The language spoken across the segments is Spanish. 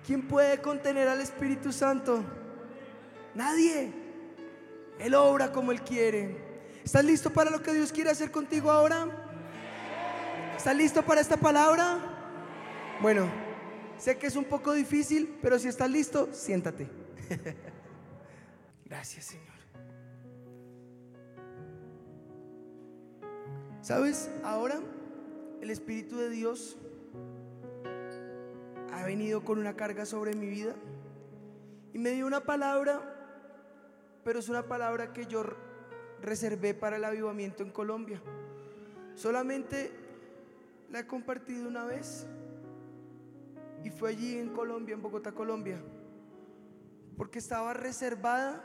¿Quién puede contener al Espíritu Santo? Nadie. Él obra como Él quiere. ¿Estás listo para lo que Dios quiere hacer contigo ahora? ¿Estás listo para esta palabra? Bueno, sé que es un poco difícil, pero si estás listo, siéntate. Gracias, Señor. ¿Sabes? Ahora el Espíritu de Dios ha venido con una carga sobre mi vida y me dio una palabra, pero es una palabra que yo reservé para el avivamiento en Colombia. Solamente la he compartido una vez y fue allí en Colombia, en Bogotá, Colombia, porque estaba reservada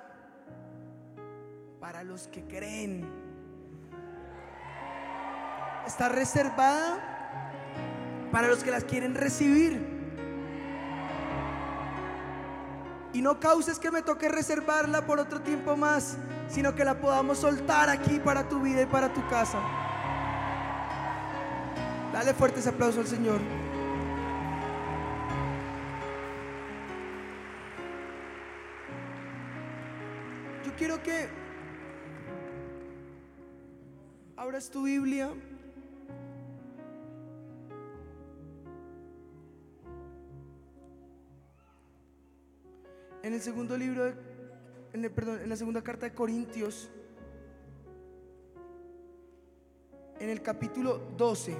para los que creen. Está reservada para los que las quieren recibir. Y no causes que me toque reservarla por otro tiempo más, sino que la podamos soltar aquí para tu vida y para tu casa. Dale fuertes aplausos al Señor. Yo quiero que abras tu Biblia en el segundo libro en la segunda carta de Corintios, en el capítulo 12.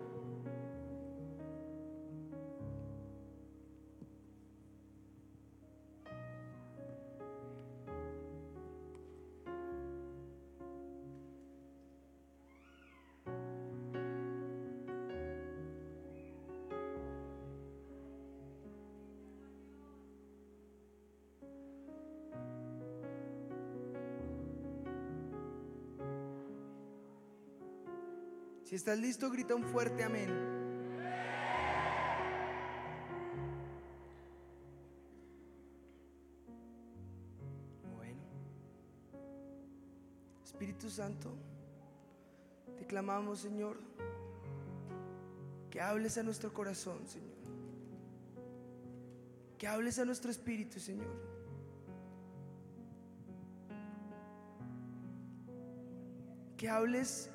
Si estás listo, grita un fuerte amén. Bueno, Espíritu Santo, te clamamos, Señor, que hables a nuestro corazón, Señor, que hables a nuestro espíritu, Señor, que hables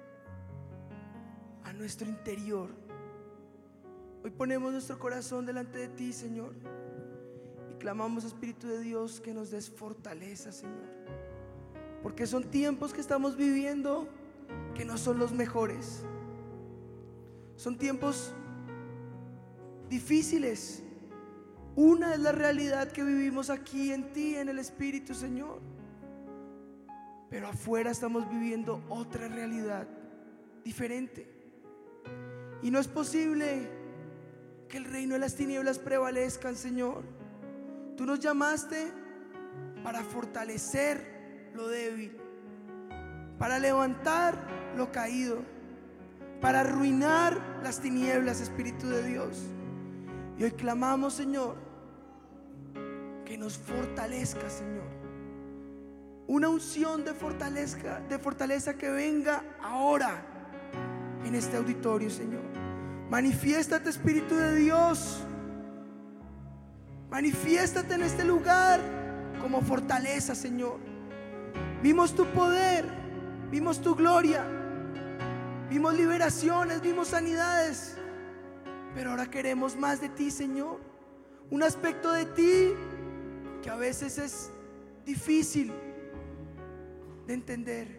a nuestro interior. Hoy ponemos nuestro corazón delante de ti, Señor, y clamamos, Espíritu de Dios, que nos des fortaleza, Señor, porque son tiempos que estamos viviendo que no son los mejores. Son tiempos difíciles. Una es la realidad que vivimos aquí en ti, en el Espíritu, Señor, pero afuera estamos viviendo otra realidad diferente. Y no es posible que el reino de las tinieblas prevalezcan, Señor. Tú nos llamaste para fortalecer lo débil, para levantar lo caído, para arruinar las tinieblas, Espíritu de Dios. Y hoy clamamos, Señor, que nos fortalezca, Señor. Una unción de fortaleza que venga ahora en este auditorio, Señor. Manifiéstate, Espíritu de Dios. Manifiéstate en este lugar como fortaleza, Señor. Vimos tu poder, vimos tu gloria, vimos liberaciones, vimos sanidades, pero ahora queremos más de ti, Señor. Un aspecto de ti que a veces es difícil de entender,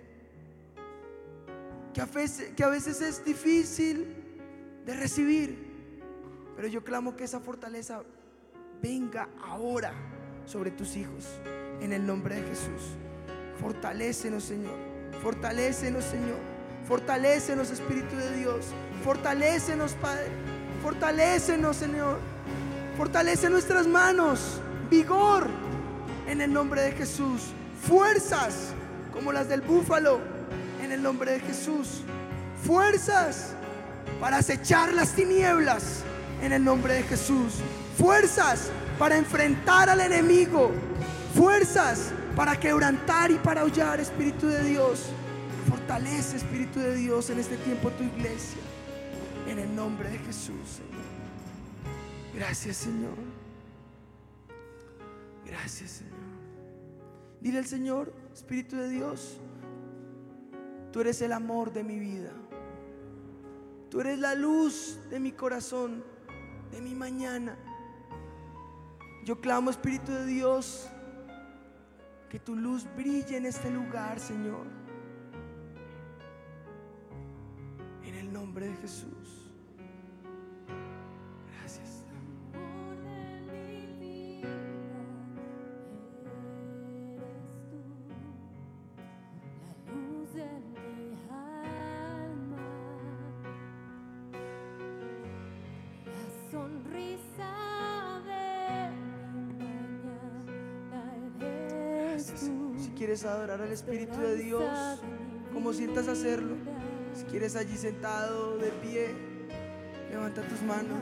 que a veces es difícil de recibir, pero yo clamo que esa fortaleza venga ahora sobre tus hijos, en el nombre de Jesús. Fortalécenos, Señor. Fortalécenos, Señor. Fortalécenos, Espíritu de Dios. Fortalécenos, Padre. Fortalécenos, Señor. Fortalece nuestras manos. Vigor en el nombre de Jesús. Fuerzas como las del búfalo en el nombre de Jesús. Fuerzas para acechar las tinieblas en el nombre de Jesús. Fuerzas para enfrentar al enemigo. Fuerzas para quebrantar y para hollar, Espíritu de Dios. Fortalece, Espíritu de Dios, en este tiempo tu iglesia, en el nombre de Jesús, Señor. Gracias, Señor. Gracias, Señor. Dile al Señor: Espíritu de Dios, tú eres el amor de mi vida, tú eres la luz de mi corazón, de mi mañana. Yo clamo, Espíritu de Dios, que tu luz brille en este lugar, Señor, en el nombre de Jesús. Gracias. Si quieres adorar al Espíritu de Dios, como sientas hacerlo, si quieres allí sentado, de pie, levanta tus manos.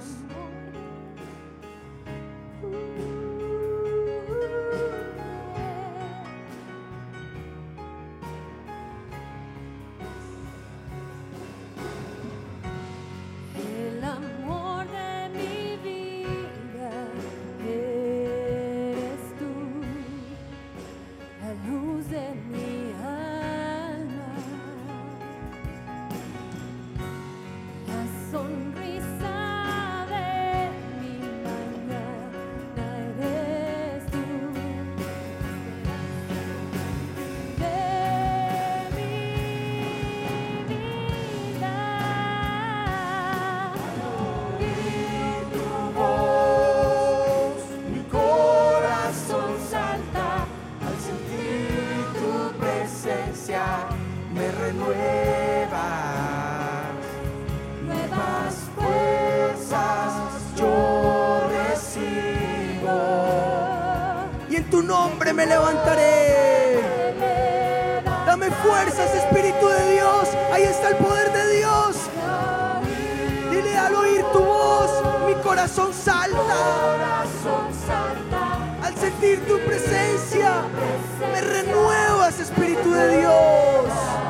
Me levantaré. Dame fuerzas, Espíritu de Dios. Ahí está el poder de Dios. Dile: al oír tu voz, mi corazón salta. Al sentir tu presencia, me renuevas, Espíritu de Dios.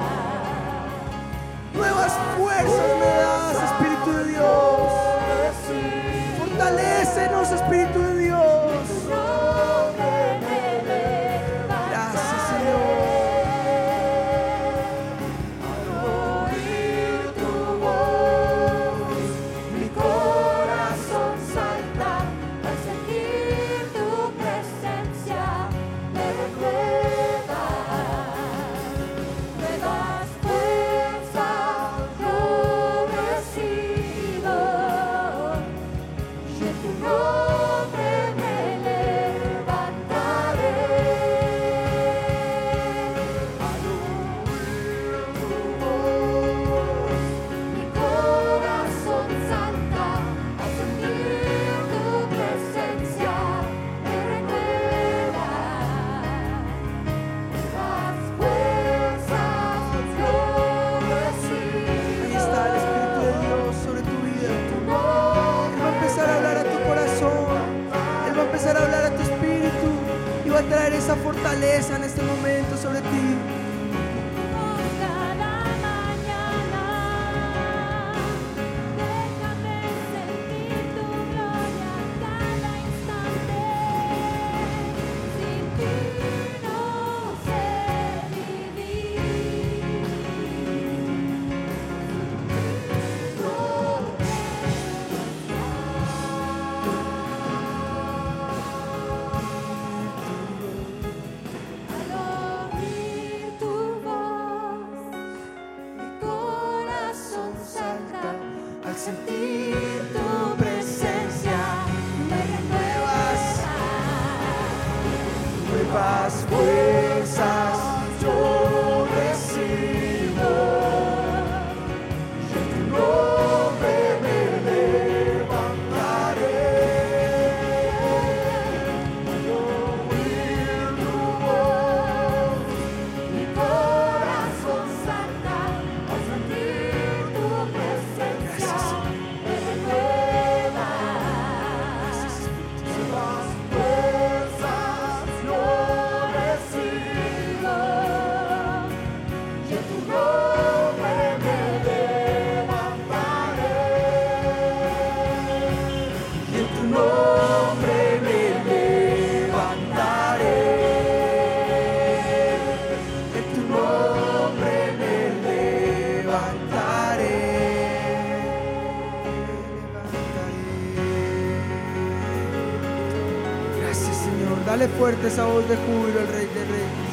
Nuevas fuerzas me das, Espíritu de Dios. Fortalécenos, Espíritu de Dios. Va a traer esa fortaleza en este momento sobre ti. Señor. Dale fuerte esa voz de júbilo al Rey de Reyes.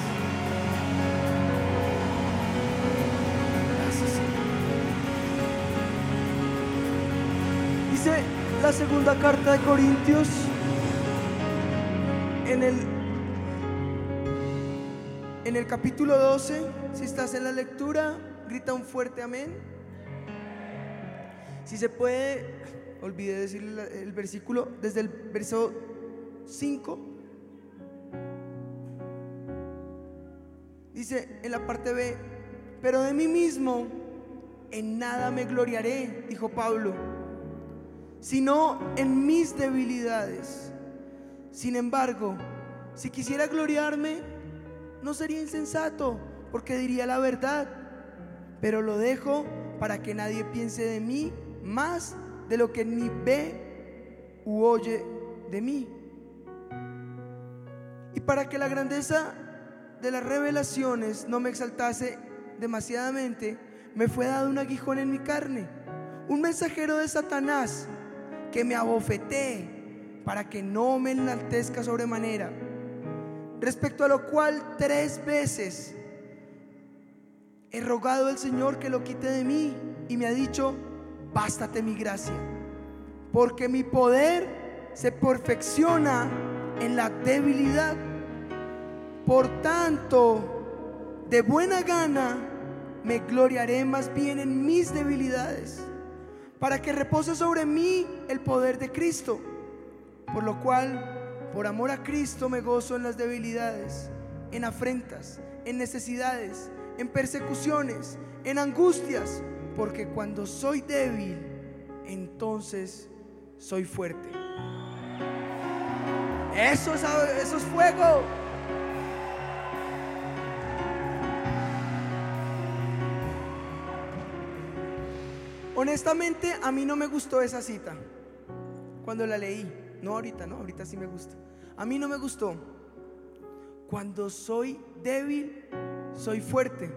Gracias, Señor. Dice la segunda carta de Corintios en el capítulo 12. Si estás en la lectura, grita un fuerte amén. Si se puede, olvidé decirle el versículo, desde el verso 5. Dice en la parte B: pero de mí mismo en nada me gloriaré, dijo Pablo, sino en mis debilidades. Sin embargo, si quisiera gloriarme, no sería insensato, porque diría la verdad, pero lo dejo para que nadie piense de mí más de lo que ni ve u oye de mí, y para que la grandeza de las revelaciones no me exaltase demasiadamente, me fue dado un aguijón en mi carne, un mensajero de Satanás, que me abofetee para que no me enaltezca sobremanera. Respecto a lo cual 3 veces he rogado al Señor que lo quite de mí, y me ha dicho: bástate mi gracia, porque mi poder se perfecciona en la debilidad. Por tanto, de buena gana me gloriaré más bien en mis debilidades, para que repose sobre mí el poder de Cristo. Por lo cual, por amor a Cristo, me gozo en las debilidades, en afrentas, en necesidades, en persecuciones, en angustias, porque cuando soy débil, entonces soy fuerte. Eso es fuego. Honestamente, a mí no me gustó esa cita cuando la leí. No, ahorita sí me gusta. A mí no me gustó. Cuando soy débil, soy fuerte.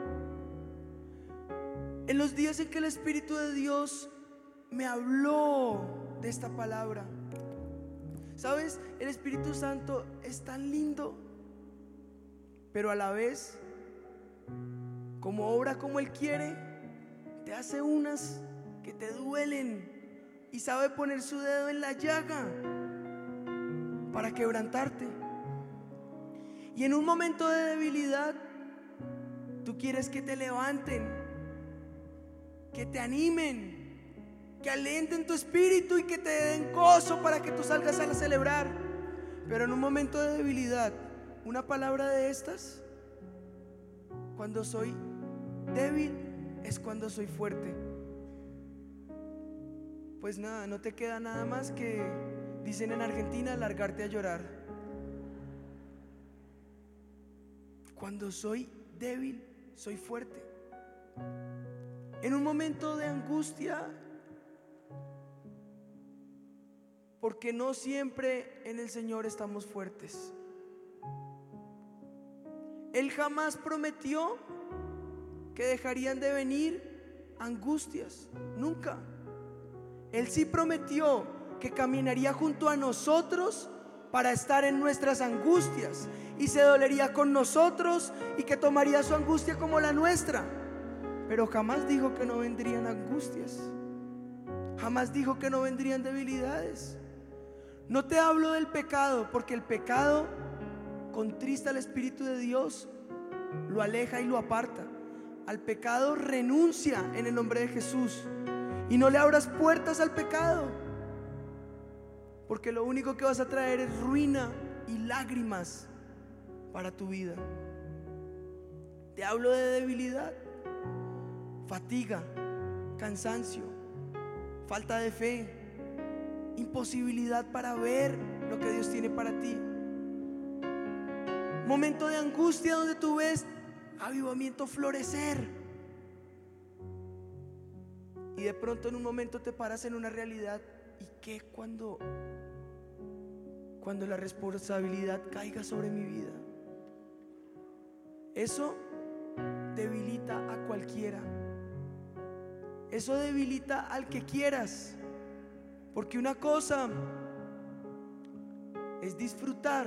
En los días en que el Espíritu de Dios me habló de esta palabra, ¿sabes? El Espíritu Santo es tan lindo, pero a la vez, como obra como Él quiere, te hace unas que te duelen, y sabe poner su dedo en la llaga para quebrantarte. Y en un momento de debilidad, tú quieres que te levanten, que te animen, que alienten tu espíritu y que te den gozo para que tú salgas a celebrar. Pero en un momento de debilidad, una palabra de estas: cuando soy débil es cuando soy fuerte. Pues nada, no te queda nada más que, dicen en Argentina, largarte a llorar. Cuando soy débil, soy fuerte. En un momento de angustia, porque no siempre en el Señor estamos fuertes. Él jamás prometió que dejarían de venir angustias, nunca. Él sí prometió que caminaría junto a nosotros para estar en nuestras angustias, y se dolería con nosotros, y que tomaría su angustia como la nuestra. Pero jamás dijo que no vendrían angustias, jamás dijo que no vendrían debilidades. No te hablo del pecado, porque el pecado contrista al Espíritu de Dios, lo aleja y lo aparta. Al pecado renuncia en el nombre de Jesús, y no le abras puertas al pecado, porque lo único que vas a traer es ruina y lágrimas para tu vida. Te hablo de debilidad, fatiga, cansancio, falta de fe, imposibilidad para ver lo que Dios tiene para ti. Momento de angustia donde tú ves avivamiento florecer, y de pronto en un momento te paras en una realidad. ¿Y qué cuando la responsabilidad caiga sobre mi vida? Eso debilita a cualquiera. Eso debilita al que quieras. Porque una cosa es disfrutar.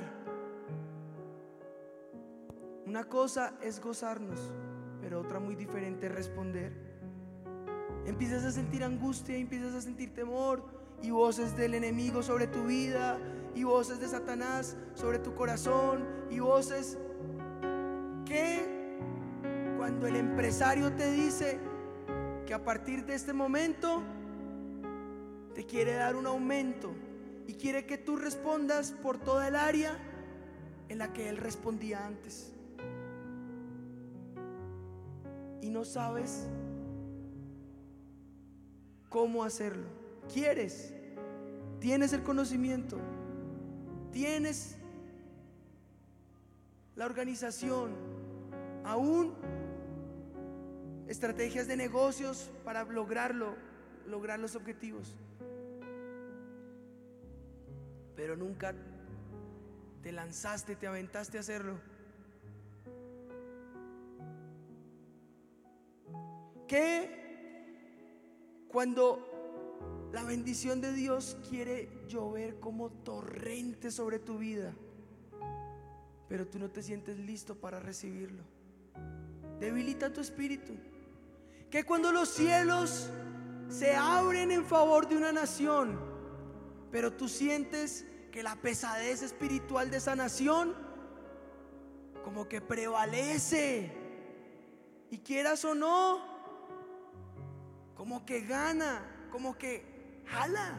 Una cosa es gozarnos, pero otra muy diferente es responder. Empiezas a sentir angustia, empiezas a sentir temor y voces del enemigo sobre tu vida, y voces de Satanás sobre tu corazón, y voces que cuando el empresario te dice que a partir de este momento te quiere dar un aumento y quiere que tú respondas por toda el área en la que él respondía antes, y no sabes cómo hacerlo. Quieres, tienes el conocimiento, tienes la organización, aún estrategias de negocios para lograr los objetivos, pero nunca te lanzaste, te aventaste a hacerlo. Que cuando la bendición de Dios quiere llover como torrente sobre tu vida, pero tú no te sientes listo para recibirlo, debilita tu espíritu. Que cuando los cielos se abren en favor de una nación, pero tú sientes que la pesadez espiritual de esa nación como que prevalece, y quieras o no, como que gana, como que jala.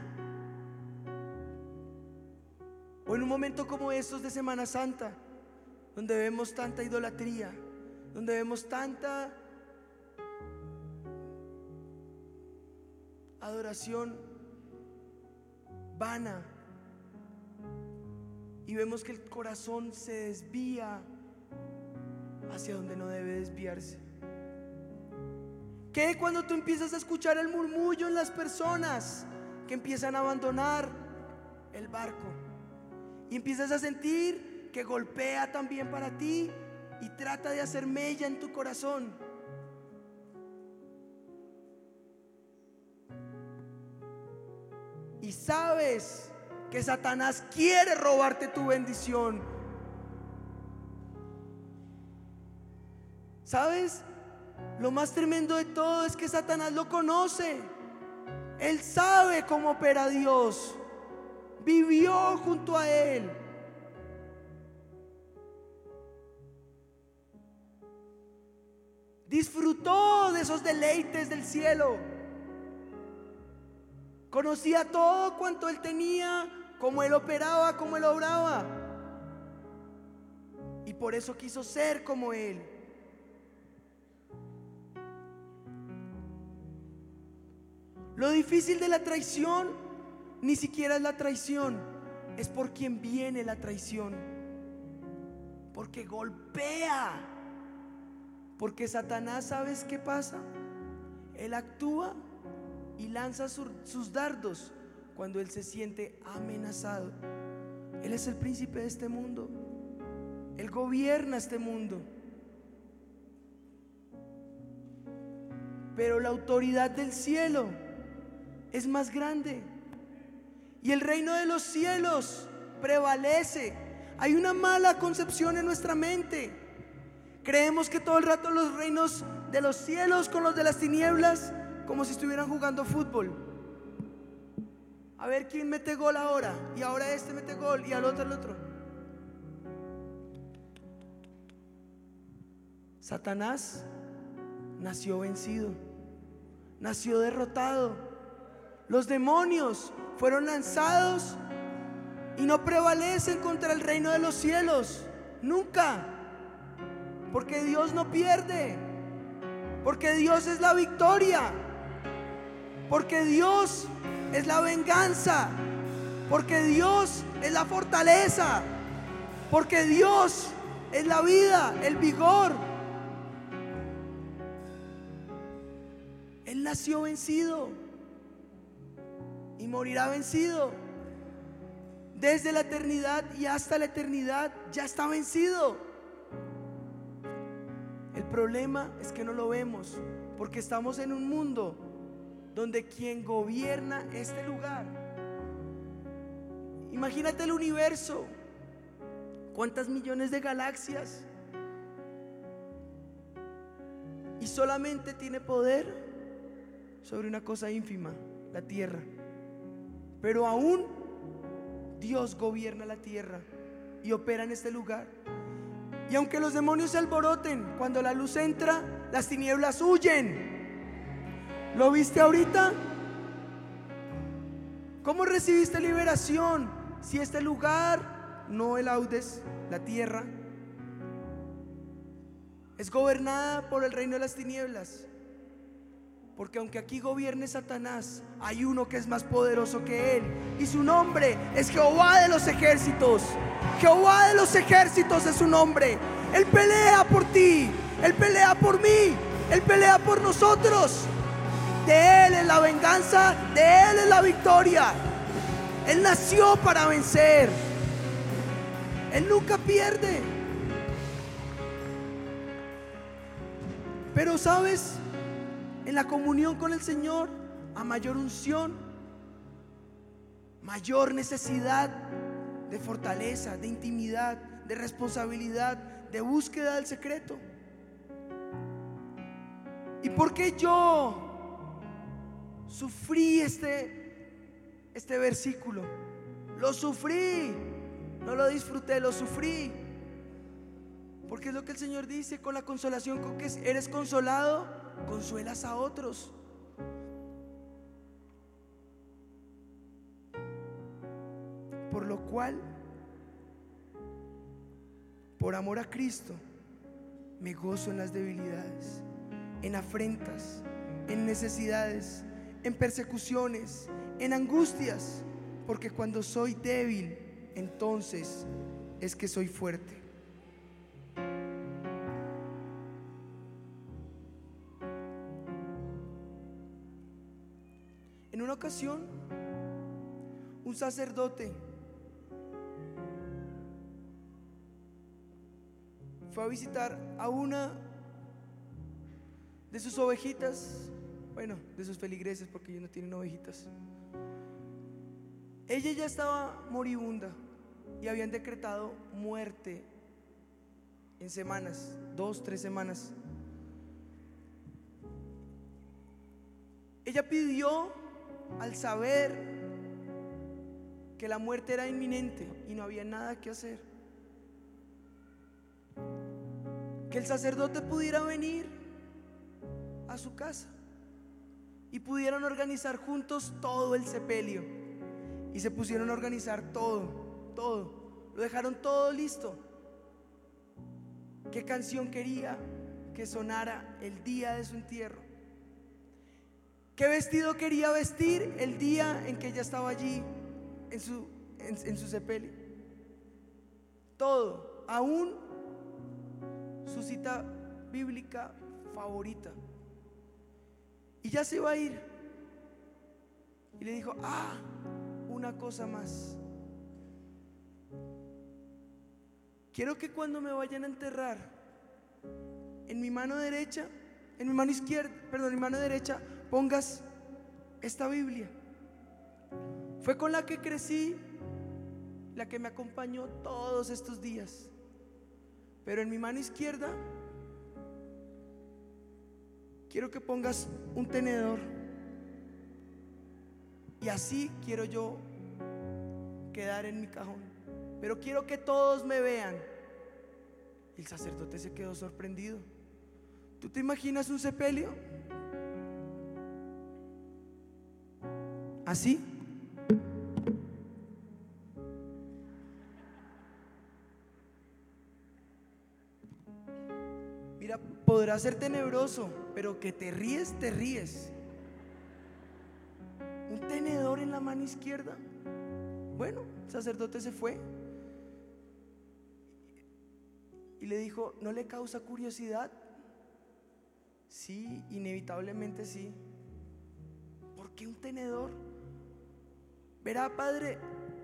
O en un momento como estos de Semana Santa, donde vemos tanta idolatría, donde vemos tanta adoración vana, y vemos que el corazón se desvía hacia donde no debe desviarse. Que cuando tú empiezas a escuchar el murmullo en las personas que empiezan a abandonar el barco, y empiezas a sentir que golpea también para ti y trata de hacer mella en tu corazón, y sabes que Satanás quiere robarte tu bendición. ¿Sabes? Lo más tremendo de todo es que Satanás lo conoce. Él sabe cómo opera Dios. Vivió junto a Él. Disfrutó de esos deleites del cielo. Conocía todo cuanto Él tenía, cómo Él operaba, cómo Él obraba. Y por eso quiso ser como Él. Lo difícil de la traición ni siquiera es la traición, es por quien viene la traición. Porque golpea. Porque Satanás, ¿sabes qué pasa? Él actúa y lanza sus dardos cuando él se siente amenazado. Él es el príncipe de este mundo. Él gobierna este mundo. Pero la autoridad del cielo es más grande, y el reino de los cielos prevalece. Hay una mala concepción en nuestra mente. Creemos que todo el rato los reinos de los cielos con los de las tinieblas, como si estuvieran jugando fútbol. A ver quién mete gol ahora, y ahora este mete gol, y al otro el otro. Satanás nació vencido, nació derrotado. Los demonios fueron lanzados y no prevalecen contra el reino de los cielos, nunca. Porque Dios no pierde, porque Dios es la victoria, porque Dios es la venganza, porque Dios es la fortaleza, porque Dios es la vida, el vigor. Él nació vencido y morirá vencido. Desde la eternidad y hasta la eternidad ya está vencido. El problema es que no lo vemos, porque estamos en un mundo donde quien gobierna este lugar Imagínate el universo. ¿Cuántas millones de galaxias? Y solamente tiene poder sobre una cosa ínfima, la tierra. Pero aún Dios gobierna la tierra y opera en este lugar. Y aunque los demonios se alboroten, cuando la luz entra, las tinieblas huyen. ¿Lo viste ahorita? ¿Cómo recibiste liberación? Si este lugar, no el Audes, la tierra, es gobernada por el reino de las tinieblas. Porque aunque aquí gobierne Satanás, hay uno que es más poderoso que él, y su nombre es Jehová de los ejércitos. Jehová de los ejércitos es su nombre. Él pelea por ti, Él pelea por mí, Él pelea por nosotros. De Él es la venganza, de Él es la victoria. Él nació para vencer. Él nunca pierde. Pero ¿sabes? En la comunión con el Señor, a mayor unción, mayor necesidad de fortaleza, de intimidad, de responsabilidad, de búsqueda del secreto. ¿Y por qué yo sufrí este versículo? Lo sufrí, no lo disfruté, lo sufrí. Porque es lo que el Señor dice: con la consolación con que eres consolado, consuelas a otros. Por lo cual, por amor a Cristo, me gozo en las debilidades, en afrentas, en necesidades, en persecuciones, en angustias, porque cuando soy débil, entonces es que soy fuerte. En una ocasión, un sacerdote fue a visitar a una de sus ovejitas, bueno, de sus feligreses, porque ellos no tienen ovejitas. Ella ya estaba moribunda y habían decretado muerte en semanas, 2, 3 semanas. Ella pidió, al saber que la muerte era inminente y no había nada que hacer, que el sacerdote pudiera venir a su casa y pudieran organizar juntos todo el sepelio. Y se pusieron a organizar todo, lo dejaron todo listo. ¿Qué canción quería que sonara el día de su entierro? ¿Qué vestido quería vestir el día en que ella estaba allí en su sepelio? Todo, aún su cita bíblica favorita. Y ya se iba a ir. Y le dijo: una cosa más. Quiero que cuando me vayan a enterrar, en mi mano derecha, en mi mano izquierda, perdón, en mi mano derecha, pongas esta Biblia. Fue con la que crecí, la que me acompañó todos estos días. Pero en mi mano izquierda quiero que pongas un tenedor. Y así quiero yo quedar en mi cajón. Pero quiero que todos me vean. Y el sacerdote se quedó sorprendido. ¿Tú te imaginas un sepelio así? Mira, podrá ser tenebroso, pero que te ríes, te ríes. Un tenedor en la mano izquierda. Bueno, el sacerdote se fue y le dijo: ¿no le causa curiosidad? Sí, inevitablemente sí. ¿Por qué un tenedor? Verá, padre,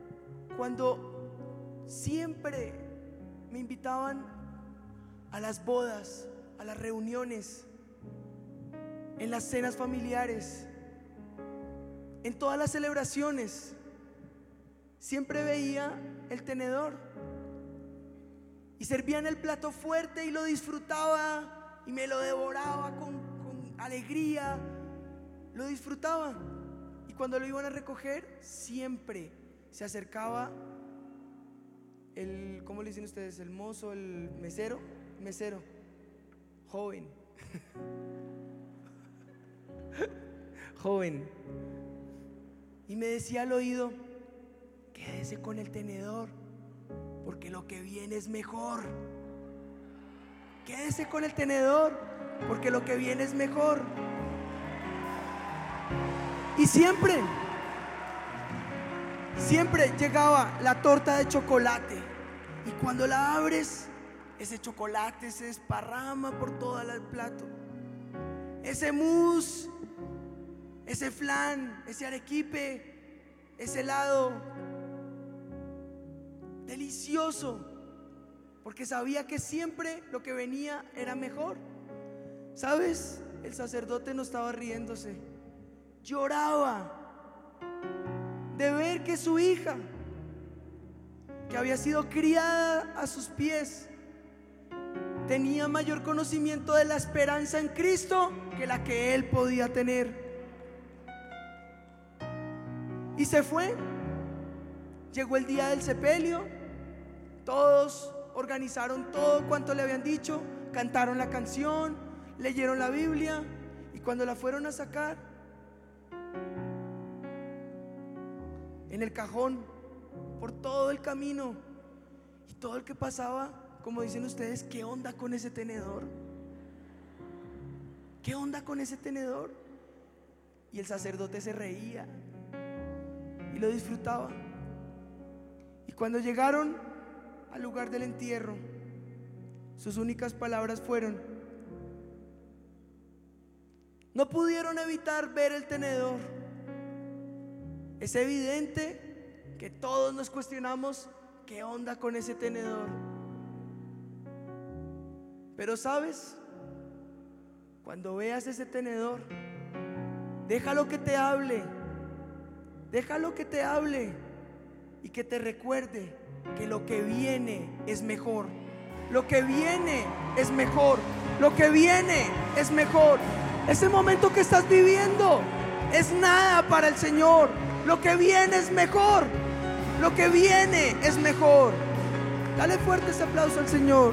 cuando siempre me invitaban a las bodas, a las reuniones, en las cenas familiares, en todas las celebraciones, siempre veía el tenedor y servían el plato fuerte y lo disfrutaba y me lo devoraba con alegría, lo disfrutaba. Y cuando lo iban a recoger, siempre se acercaba el, ¿cómo le dicen ustedes? El mozo, el mesero, joven, joven, y me decía al oído: quédese con el tenedor, porque lo que viene es mejor. Quédese con el tenedor, porque lo que viene es mejor. Y siempre llegaba la torta de chocolate, y cuando la abres, ese chocolate se desparrama por todo el plato. Ese mousse, ese flan, ese arequipe, ese helado delicioso, porque sabía que siempre lo que venía era mejor. ¿Sabes? El sacerdote no estaba riéndose, lloraba de ver que su hija, que había sido criada a sus pies, tenía mayor conocimiento de la esperanza en Cristo que la que él podía tener. Y se fue. Llegó el día del sepelio. Todos organizaron todo cuanto le habían dicho, cantaron la canción, leyeron la Biblia, y cuando la fueron a sacar, en el cajón, por todo el camino, y todo el que pasaba, como dicen ustedes, ¿qué onda con ese tenedor? ¿Qué onda con ese tenedor? Y el sacerdote se reía y lo disfrutaba. Y cuando llegaron al lugar del entierro, sus únicas palabras fueron: no pudieron evitar ver el tenedor. Es evidente que todos nos cuestionamos qué onda con ese tenedor. Pero ¿sabes? Cuando veas ese tenedor, déjalo que te hable. Déjalo que te hable y que te recuerde que lo que viene es mejor. Lo que viene es mejor. Lo que viene es mejor. Ese momento que estás viviendo es nada para el Señor. Lo que viene es mejor. Lo que viene es mejor. Dale fuerte ese aplauso al Señor.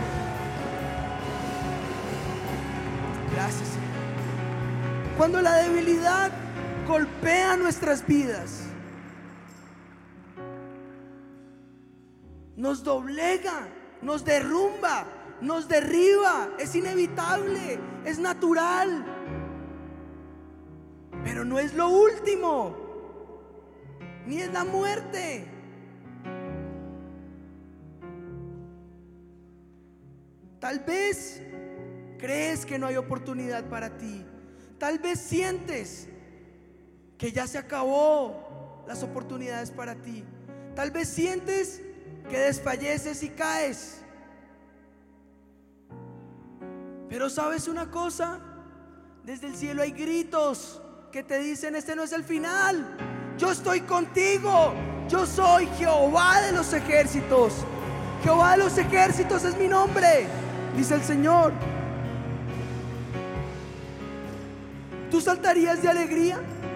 Gracias, Señor. Cuando la debilidad golpea nuestras vidas, nos doblega, nos derrumba, nos derriba, es inevitable, es natural, pero no es lo último, ni es la muerte. Tal vez crees que no hay oportunidad para ti, tal vez sientes que ya se acabó las oportunidades para ti, tal vez sientes que desfalleces y caes. Pero ¿sabes una cosa? Desde el cielo hay gritos que te dicen: este no es el final. Yo estoy contigo. Yo soy Jehová de los ejércitos. Jehová de los ejércitos es mi nombre, dice el Señor. ¿Tú saltarías de alegría?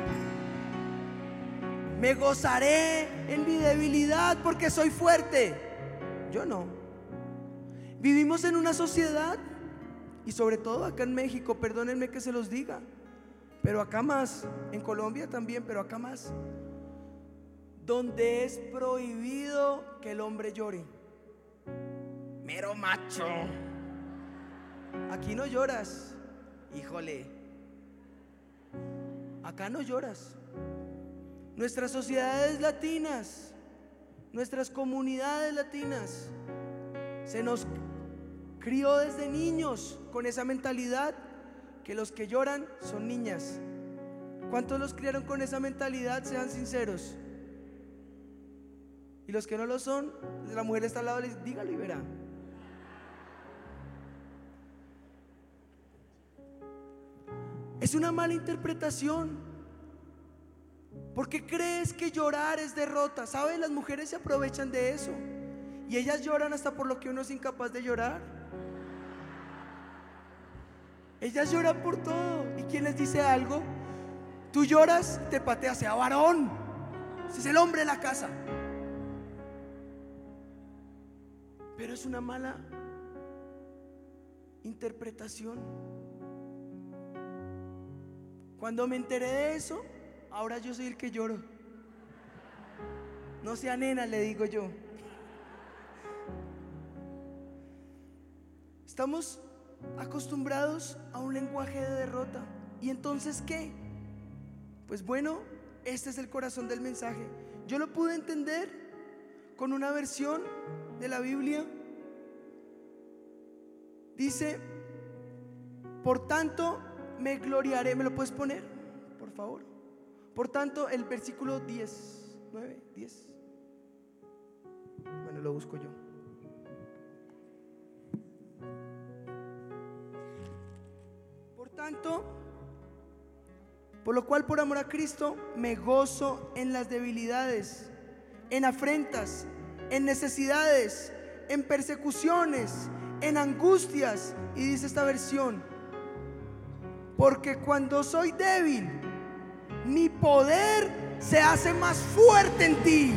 Me gozaré en mi debilidad porque soy fuerte. Yo no. Vivimos en una sociedad, y sobre todo acá en México, perdónenme que se los diga, pero acá más, en Colombia también, pero acá más, donde es prohibido que el hombre llore. Mero macho. Aquí no lloras, híjole. Acá no lloras. Nuestras sociedades latinas, nuestras comunidades latinas, se nos crió desde niños con esa mentalidad que los que lloran son niñas. ¿Cuántos los criaron con esa mentalidad? Sean sinceros. Y los que no lo son, la mujer está al lado, les dígalo y verá. Es una mala interpretación. ¿Por qué crees que llorar es derrota? ¿Sabes? Las mujeres se aprovechan de eso y ellas lloran hasta por lo que uno es incapaz de llorar. Ellas lloran por todo. ¿Y quién les dice algo? Tú lloras, te pateas, sea varón. Ese es el hombre de la casa. Pero es una mala interpretación. Cuando me enteré de eso, ahora yo soy el que lloro. No sea nena, le digo yo. Estamos acostumbrados a un lenguaje de derrota. ¿Y entonces qué? Pues bueno, este es el corazón del mensaje. Yo lo pude entender con una versión de la Biblia. Dice: por tanto me gloriaré. ¿Me lo puedes poner, por favor? Por tanto, el versículo 10, 9, 10. Bueno, lo busco yo. Por tanto, por lo cual por amor a Cristo me gozo en las debilidades, en afrentas, en necesidades, en persecuciones, en angustias. Y dice esta versión: porque cuando soy débil, mi poder se hace más fuerte en ti.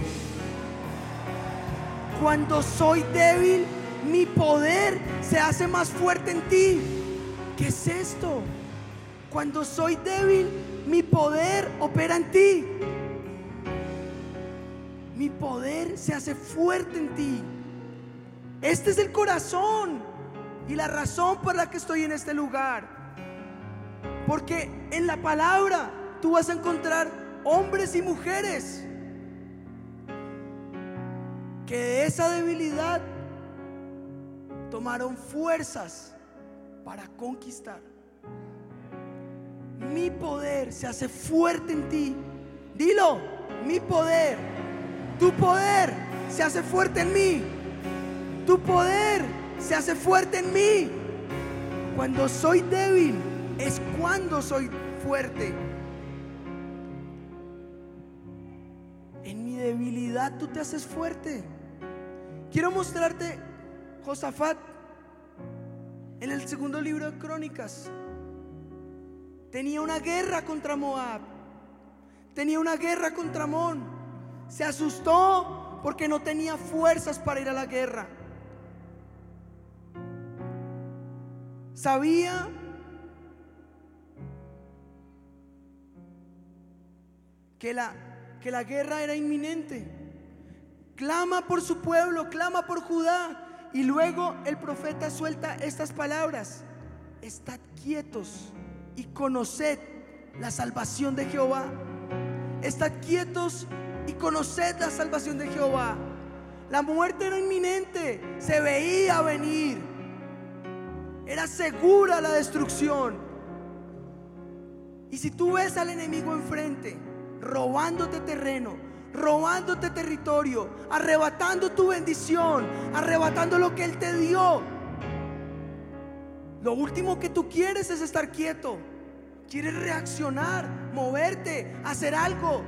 Cuando soy débil, mi poder se hace más fuerte en ti. ¿Qué es esto? Cuando soy débil, mi poder opera en ti. Mi poder se hace fuerte en ti. Este es el corazón y la razón por la que estoy en este lugar. Porque en la palabra tú vas a encontrar hombres y mujeres que de esa debilidad tomaron fuerzas para conquistar. Mi poder se hace fuerte en ti. Dilo: mi poder, tu poder se hace fuerte en mí. Tu poder se hace fuerte en mí. Cuando soy débil es cuando soy fuerte. En mi debilidad tú te haces fuerte. Quiero mostrarte Josafat en el segundo libro de Crónicas. Tenía una guerra contra Moab, tenía una guerra contra Amón. Se asustó porque no tenía fuerzas para ir a la guerra. Sabía que la guerra era inminente. Clama por su pueblo, clama por Judá. Y luego el profeta suelta estas palabras: estad quietos y conoced la salvación de Jehová. Estad quietos y conoced la salvación de Jehová. La muerte era inminente, se veía venir. Era segura la destrucción. Y si tú ves al enemigo enfrente, robándote terreno, robándote territorio, arrebatando tu bendición, arrebatando lo que Él te dio, lo último que tú quieres es estar quieto. Quieres reaccionar, moverte, hacer algo.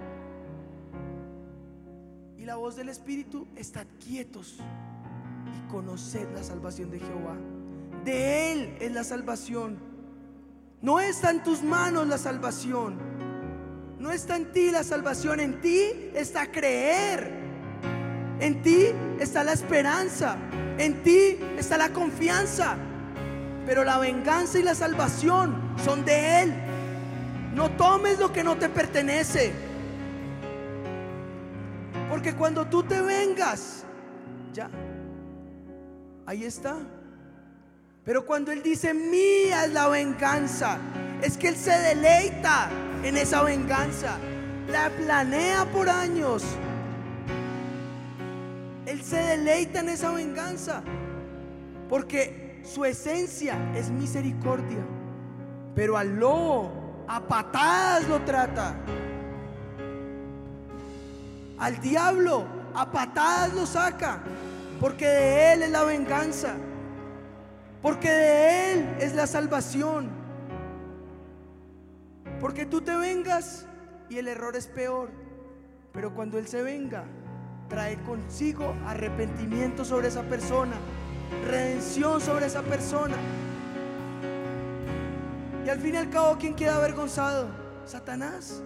Y la voz del Espíritu: estad quietos y conoced la salvación de Jehová. De Él es la salvación. No está en tus manos la salvación. No está en ti la salvación. En ti está creer. En ti está la esperanza. En ti está la confianza. Pero la venganza y la salvación son de Él. No tomes lo que no te pertenece, porque cuando tú te vengas, ya, ahí está. Pero cuando Él dice: mía es la venganza, es que Él se deleita en esa venganza. La planea por años. Él se deleita en esa venganza, porque su esencia es misericordia. Pero al lobo a patadas lo trata. Al diablo a patadas lo saca, porque de Él es la venganza, porque de Él es la salvación. Porque tú te vengas y el error es peor. Pero cuando Él se venga, trae consigo arrepentimiento sobre esa persona, redención sobre esa persona. Y al fin y al cabo, ¿quién queda avergonzado? Satanás.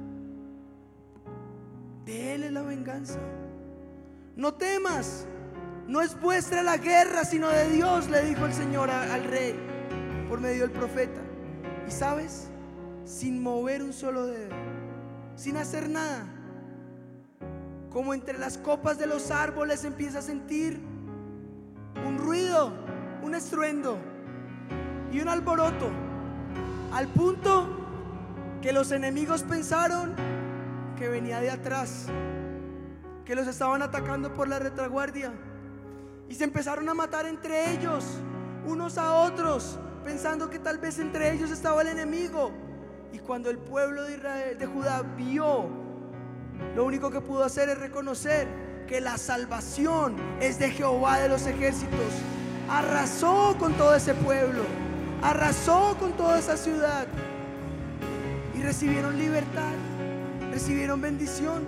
De Él es la venganza. No temas, no es vuestra la guerra, sino de Dios, le dijo el Señor al rey por medio del profeta. Y sabes, sin mover un solo dedo, sin hacer nada, como entre las copas de los árboles empieza a sentir un ruido, un estruendo y un alboroto, al punto que los enemigos pensaron que venía de atrás, que los estaban atacando por la retaguardia, y se empezaron a matar entre ellos, unos a otros, pensando que tal vez entre ellos estaba el enemigo. Y cuando el pueblo de Israel, de Judá, vio, lo único que pudo hacer es reconocer que la salvación es de Jehová de los ejércitos. Arrasó con todo ese pueblo, arrasó con toda esa ciudad, y recibieron libertad, recibieron bendición.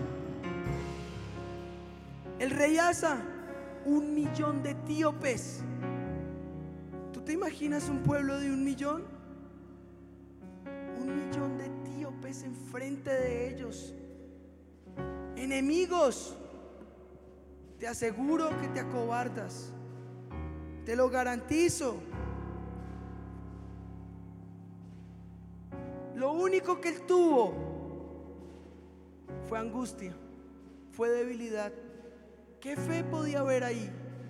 El rey Asa, 1.000.000 de etíopes. ¿Tú te imaginas un pueblo de 1.000.000? 1.000.000 de etíopes enfrente de ellos, enemigos. Te aseguro que te acobardas, te lo garantizo. Lo único que él tuvo fue angustia, fue debilidad. ¿Qué fe podía haber ahí?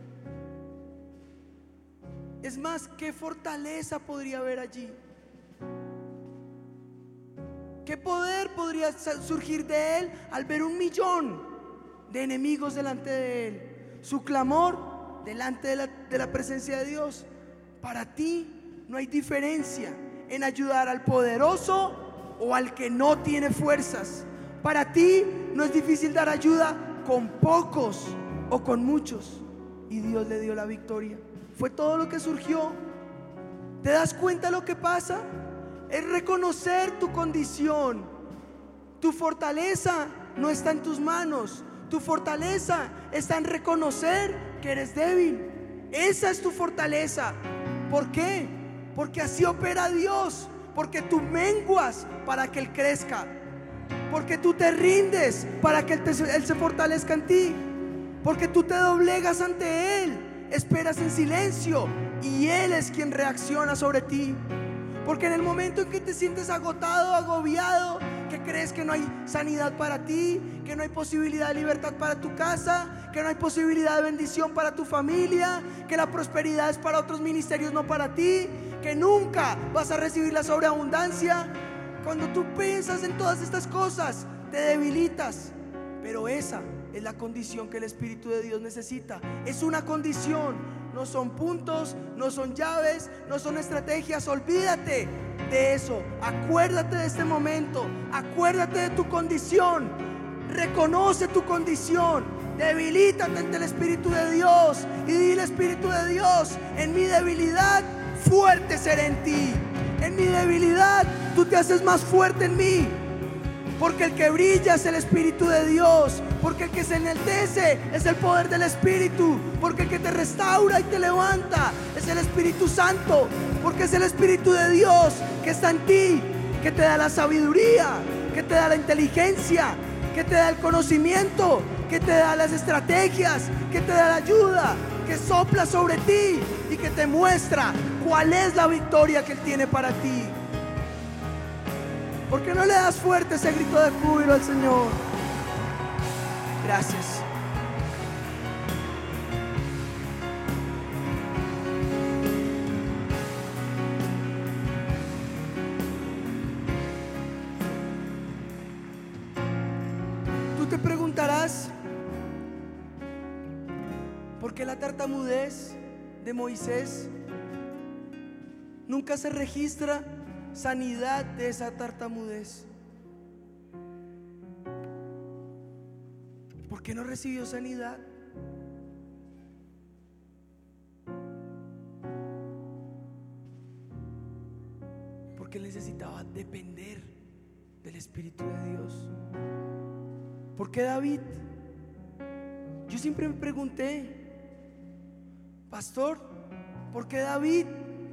Es más, ¿qué fortaleza podría haber allí? ¿Qué poder podría surgir de él al ver 1.000.000 de enemigos delante de él? Su clamor delante de la presencia de Dios. Para ti no hay diferencia en ayudar al poderoso o al que no tiene fuerzas. Para ti no es difícil dar ayuda con pocos o con muchos, y Dios le dio la victoria. Fue todo lo que surgió. ¿Te das cuenta lo que pasa? Es reconocer tu condición. Tu fortaleza no está en tus manos. Tu fortaleza está en reconocer que eres débil. Esa es tu fortaleza. ¿Por qué? Porque así opera Dios. Porque tú menguas para que Él crezca. Porque tú te rindes para que Él se fortalezca en ti. Porque tú te doblegas ante Él, esperas en silencio, y Él es quien reacciona sobre ti. Porque en el momento en que te sientes agotado, agobiado, que crees que no hay sanidad para ti, que no hay posibilidad de libertad para tu casa, que no hay posibilidad de bendición para tu familia, que la prosperidad es para otros ministerios, no para ti, que nunca vas a recibir la sobreabundancia, cuando tú piensas en todas estas cosas, te debilitas. Pero esa es la condición que el Espíritu de Dios necesita. Es una condición, no son puntos, no son llaves, no son estrategias. Olvídate de eso. Acuérdate de este momento, acuérdate de tu condición. Reconoce tu condición, debilítate ante el Espíritu de Dios y dile: Espíritu de Dios, en mi debilidad fuerte seré en ti. En mi debilidad tú te haces más fuerte en mí. Porque el que brilla es el Espíritu de Dios. Porque el que se enaltece es el poder del Espíritu. Porque el que te restaura y te levanta es el Espíritu Santo. Porque es el Espíritu de Dios que está en ti, que te da la sabiduría, que te da la inteligencia, que te da el conocimiento, que te da las estrategias, que te da la ayuda, que sopla sobre ti y que te muestra cuál es la victoria que Él tiene para ti. ¿Por qué no le das fuerte ese grito de júbilo al Señor? Gracias. Tú te preguntarás, ¿por qué la tartamudez de Moisés nunca se registra sanidad de esa tartamudez? ¿Por qué no recibió sanidad? Porque él necesitaba depender del Espíritu de Dios. ¿Por qué David? Yo siempre me pregunté, pastor, ¿por qué David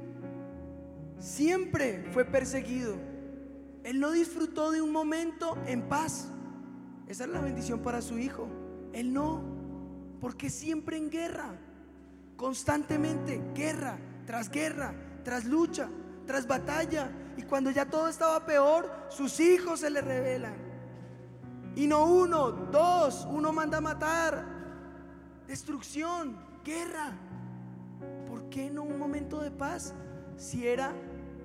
siempre fue perseguido? Él no disfrutó de un momento en paz. Esa es la bendición para su hijo. Él no, porque siempre en guerra, constantemente, guerra, tras lucha, tras batalla. Y cuando ya todo estaba peor, sus hijos se le rebelan. Y no uno, dos, uno manda a matar. Destrucción, guerra. ¿Por qué no un momento de paz? Si era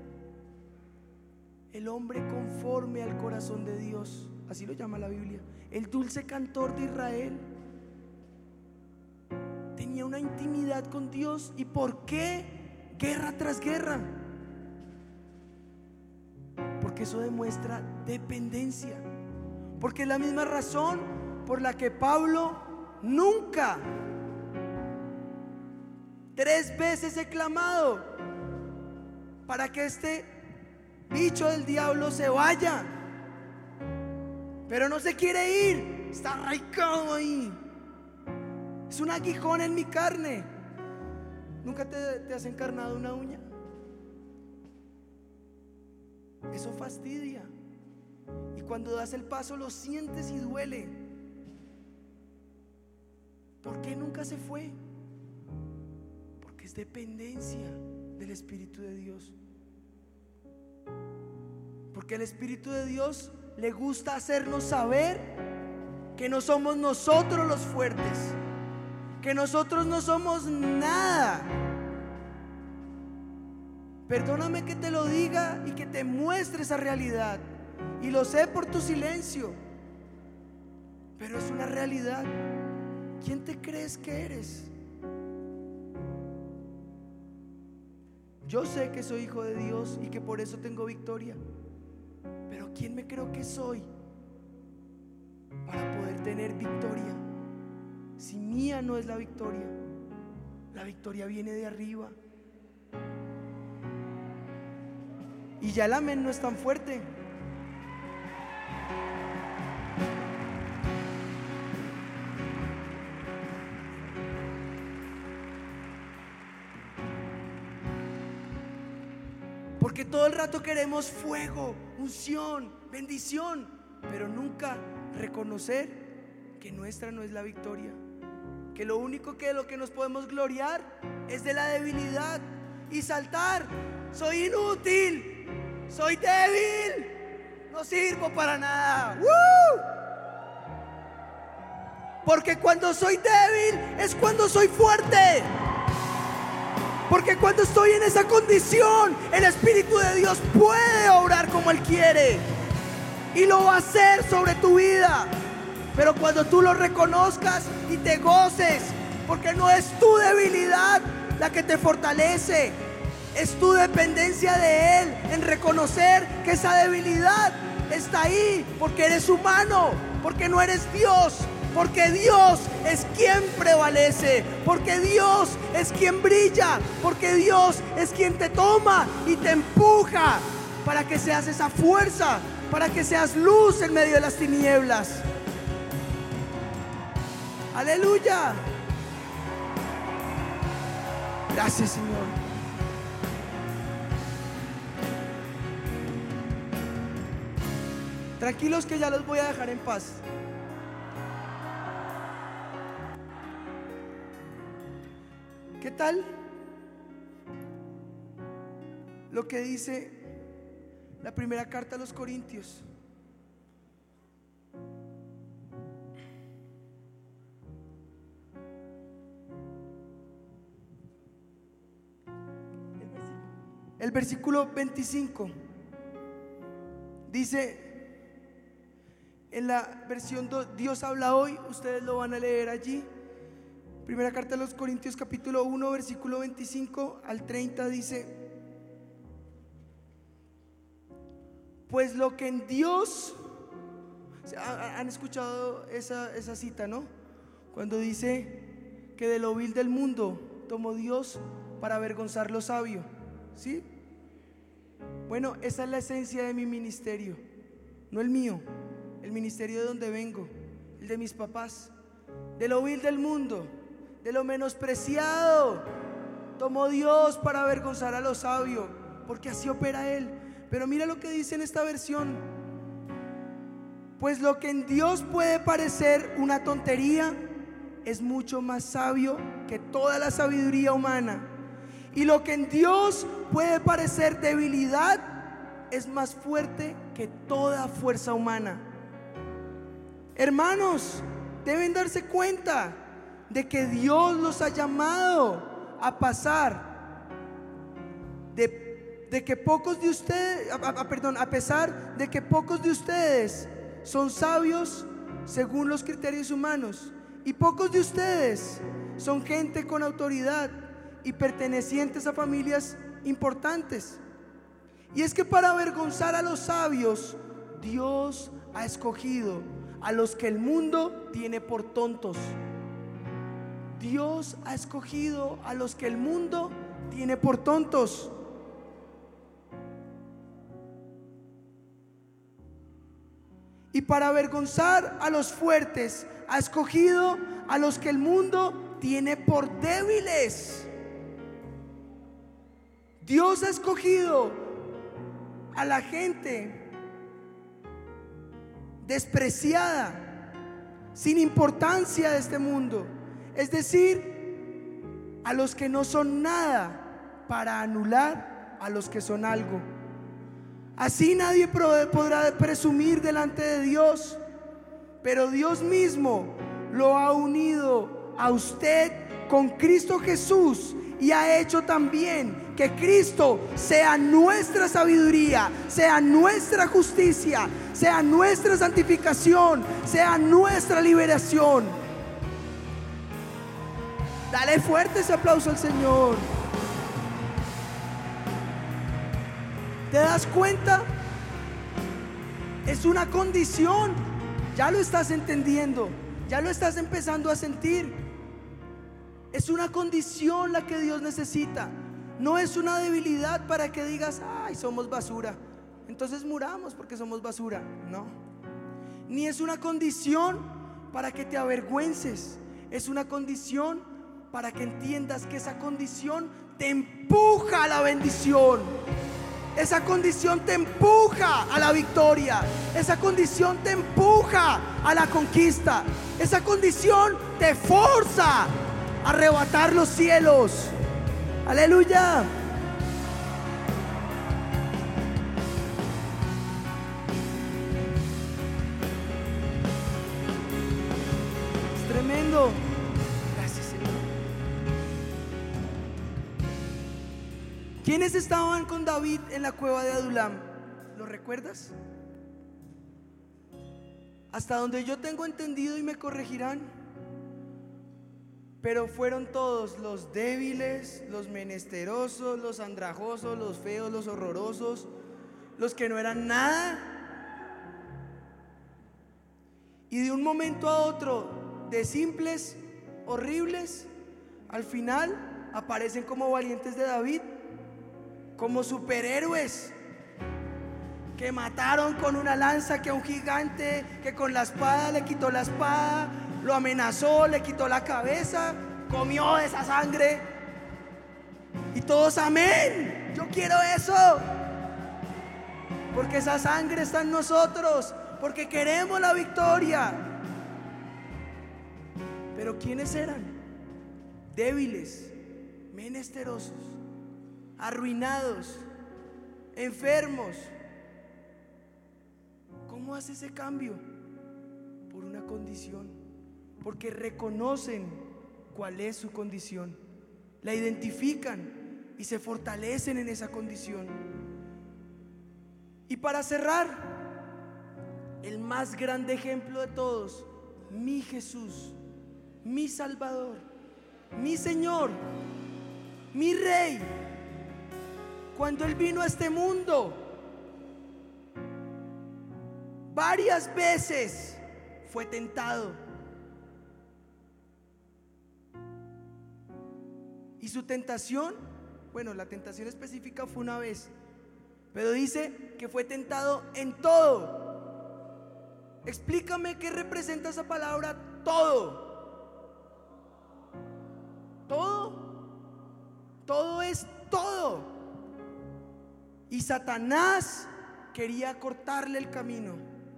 el hombre conforme al corazón de Dios, así lo llama la Biblia, el dulce cantor de Israel. Tenía una intimidad con Dios. ¿Y por qué guerra tras guerra? Porque eso demuestra dependencia. Porque es la misma razón por la que Pablo nunca, 3 veces he clamado para que este bicho del diablo se vaya, pero no se quiere ir, está arraigado ahí. Es un aguijón en mi carne. ¿Nunca te has encarnado una uña? Eso fastidia. Y cuando das el paso lo sientes y duele. ¿Por qué nunca se fue? Porque es dependencia del Espíritu de Dios. Porque el Espíritu de Dios le gusta hacernos saber que no somos nosotros los fuertes, que nosotros no somos nada. Perdóname que te lo diga y que te muestre esa realidad, y lo sé por tu silencio, pero es una realidad. ¿Quién te crees que eres? Yo sé que soy hijo de Dios y que por eso tengo victoria, pero ¿quién me creo que soy para poder tener victoria? Si mía no es la victoria viene de arriba. Y ya el amén no es tan fuerte. Porque todo el rato queremos fuego, unción, bendición, pero nunca reconocer que nuestra no es la victoria. Que lo único que de lo que nos podemos gloriar es de la debilidad y saltar. Soy inútil, soy débil, no sirvo para nada. Porque cuando soy débil es cuando soy fuerte. Porque cuando estoy en esa condición, el Espíritu de Dios puede obrar como Él quiere, y lo va a hacer sobre tu vida. Pero cuando tú lo reconozcas y te goces, porque no es tu debilidad la que te fortalece, es tu dependencia de Él, en reconocer que esa debilidad está ahí, porque eres humano, porque no eres Dios. Porque Dios es quien prevalece, porque Dios es quien brilla, porque Dios es quien te toma y te empuja para que seas esa fuerza, para que seas luz en medio de las tinieblas. Aleluya. Gracias, Señor. Tranquilos que ya los voy a dejar en paz. ¿Qué tal lo que dice la primera carta a los Corintios? El versículo 25 dice, en la versión Dios habla hoy, ustedes lo van a leer allí. Primera carta a los Corintios capítulo 1 versículo 25 al 30 dice: pues lo que en Dios, han escuchado esa cita, ¿no? Cuando dice que de lo vil del mundo tomó Dios para avergonzar lo sabio, ¿sí? Bueno, esa es la esencia de mi ministerio. no el mío, el ministerio de donde vengo, el de mis papás, de lo vil del mundo, de lo menospreciado, tomó Dios para avergonzar a lo sabio, porque así opera Él. Pero mira lo que dice en esta versión: pues lo que en Dios puede parecer una tontería es mucho más sabio que toda la sabiduría humana, y lo que en Dios puede parecer debilidad es más fuerte que toda fuerza humana. Hermanos, deben darse cuenta de que Dios los ha llamado a pasar de que pocos de ustedes, a pesar de que pocos de ustedes son sabios según los criterios humanos, y pocos de ustedes son gente con autoridad y pertenecientes a familias importantes. Y es que para avergonzar a los sabios, Dios ha escogido a los que el mundo tiene por tontos. Dios ha escogido a los que el mundo tiene por tontos. Y para avergonzar a los fuertes, ha escogido a los que el mundo tiene por débiles. Dios ha escogido a la gente despreciada, sin importancia de este mundo, es decir, a los que no son nada, para anular a los que son algo. Así nadie podrá presumir delante de Dios, pero Dios mismo lo ha unido a usted con Cristo Jesús, y ha hecho también que Cristo sea nuestra sabiduría, sea nuestra justicia, sea nuestra santificación, sea nuestra liberación. Dale fuerte ese aplauso al Señor. ¿Te das cuenta? Es una condición. Ya lo estás entendiendo, ya lo estás empezando a sentir. Es una condición la que Dios necesita. No es una debilidad para que digas: ay, somos basura, entonces muramos porque somos basura. No. Ni es una condición para que te avergüences. Es una condición para que entiendas que esa condición te empuja a la bendición. Esa condición te empuja a la victoria. Esa condición te empuja a la conquista. Esa condición te forza a arrebatar los cielos. Aleluya. Es tremendo. Gracias, Señor. ¿Quiénes estaban con David en la cueva de Adulam? ¿Lo recuerdas? Hasta donde yo tengo entendido, y me corregirán, pero fueron todos los débiles, los menesterosos, los andrajosos, los feos, los horrorosos, los que no eran nada. Y de un momento a otro, de simples, horribles, al final aparecen como valientes de David, como superhéroes, que mataron con una lanza, que a un gigante, que con la espada le quitó la espada, lo amenazó, le quitó la cabeza, comió de esa sangre. Y todos: amén, yo quiero eso, porque esa sangre está en nosotros, porque queremos la victoria. Pero ¿quiénes eran? Débiles, menesterosos, arruinados, enfermos. ¿Cómo hace ese cambio? Por una condición. Porque reconocen cuál es su condición, la identifican y se fortalecen en esa condición. Y para cerrar, el más grande ejemplo de todos, mi Jesús, mi Salvador, mi Señor, mi Rey. Cuando Él vino a este mundo, varias veces fue tentado. Y su tentación, bueno, la tentación específica fue una vez, pero dice que fue tentado en todo, Explícame qué representa esa palabra todo. Todo. Todo es todo. Y Satanás quería cortarle el camino.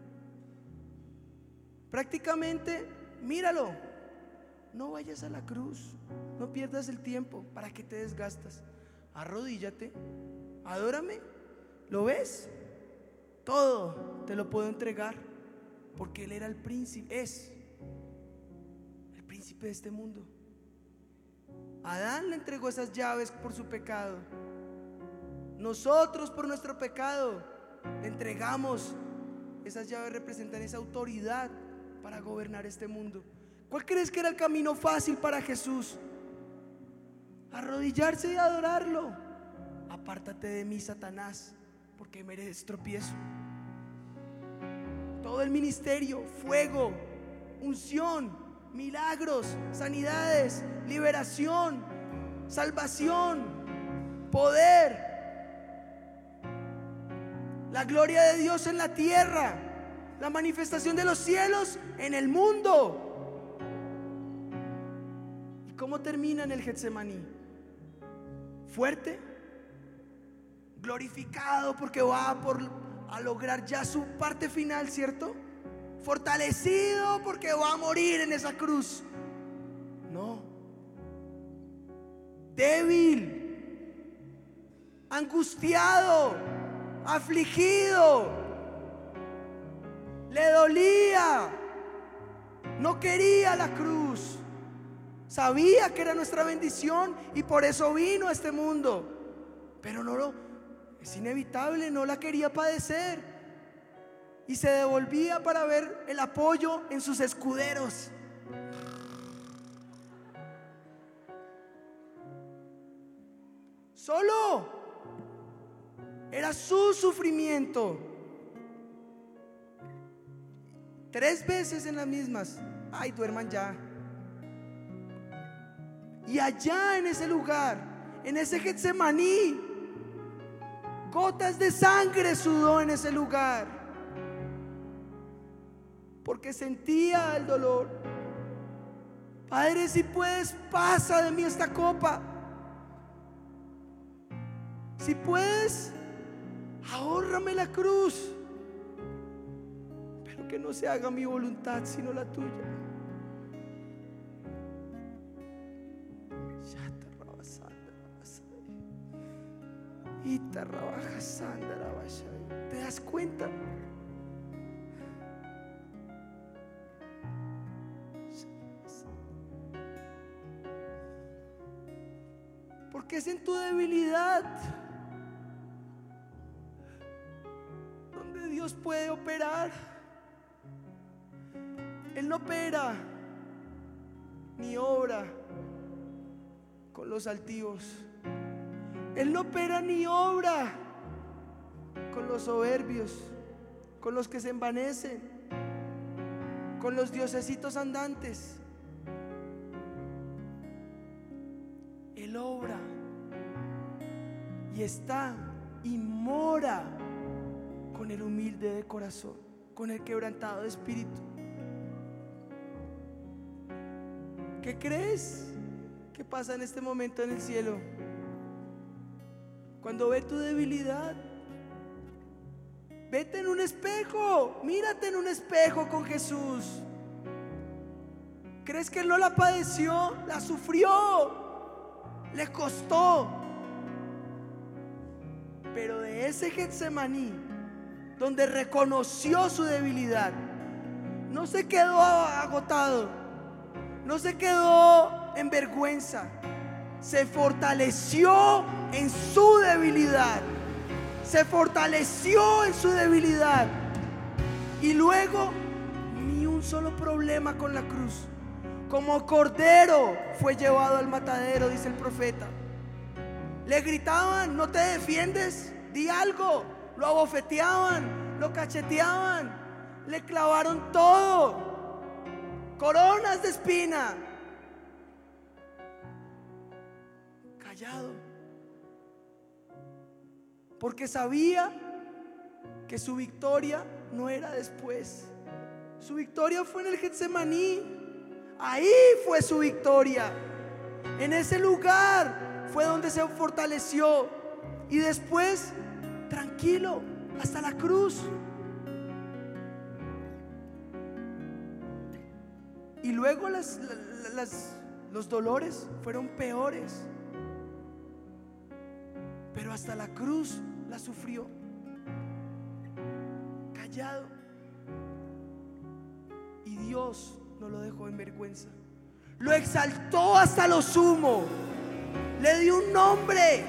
Prácticamente, míralo. No vayas a la cruz. No pierdas el tiempo. ¿Para qué te desgastas? Arrodíllate. Adórame. ¿Lo ves? Todo te lo puedo entregar. Porque Él era el príncipe. Es el príncipe de este mundo. Adán le entregó esas llaves por su pecado. Nosotros por nuestro pecado le entregamos. Esas llaves representan esa autoridad para gobernar este mundo. ¿Cuál crees que era el camino fácil para Jesús? Arrodillarse y adorarlo. Apártate de mí, Satanás, porque mereces tropiezo. Todo el ministerio, fuego, unción, milagros, sanidades, liberación, salvación, poder, la gloria de Dios en la tierra, la manifestación de los cielos en el mundo. ¿Y cómo termina en el Getsemaní? Fuerte, glorificado porque va a lograr ya su parte final, ¿cierto? Fortalecido porque va a morir en esa cruz. No. Débil, angustiado, afligido, le dolía, no quería la cruz, sabía que era nuestra bendición y por eso vino a este mundo, pero es inevitable, no la quería padecer y se devolvía para ver el apoyo en sus escuderos. Solo era su sufrimiento. 3 veces en las mismas. Ay, duerman ya. Y allá en ese lugar, en ese Getsemaní, gotas de sangre sudó en ese lugar, porque sentía el dolor. Padre, si puedes, pasa de mí esta copa. Si puedes, ahórrame la cruz, pero que no se haga mi voluntad sino la tuya. ¿Te das cuenta? Porque es en tu debilidad donde Dios puede operar. Él no opera ni obra con los altivos. Él no opera ni obra con los soberbios, con los que se envanecen, con los diosesitos andantes. Él obra y está y mora con el humilde de corazón, con el quebrantado de espíritu. ¿Qué crees que pasa en este momento en el cielo? Cuando ve tu debilidad, vete en un espejo, mírate en un espejo con Jesús. ¿Crees que Él no la padeció? La sufrió, le costó. Pero de ese Getsemaní, donde reconoció su debilidad, no se quedó agotado, no se quedó en vergüenza, se fortaleció en su debilidad. Se fortaleció en su debilidad. Y luego, ni un solo problema con la cruz. Como cordero fue llevado al matadero, dice el profeta. Le gritaban: ¿no te defiendes? Di algo. Lo abofeteaban, lo cacheteaban, le clavaron todo, coronas de espina. Callado, porque sabía que su victoria no era después, Su victoria fue en el Getsemaní. Ahí fue su victoria. En ese lugar fue donde se fortaleció. Y después, tranquilo, hasta la cruz. Y luego los dolores fueron peores, pero hasta la cruz la sufrió, callado. Y Dios no lo dejó en vergüenza, lo exaltó hasta lo sumo, le dio un nombre,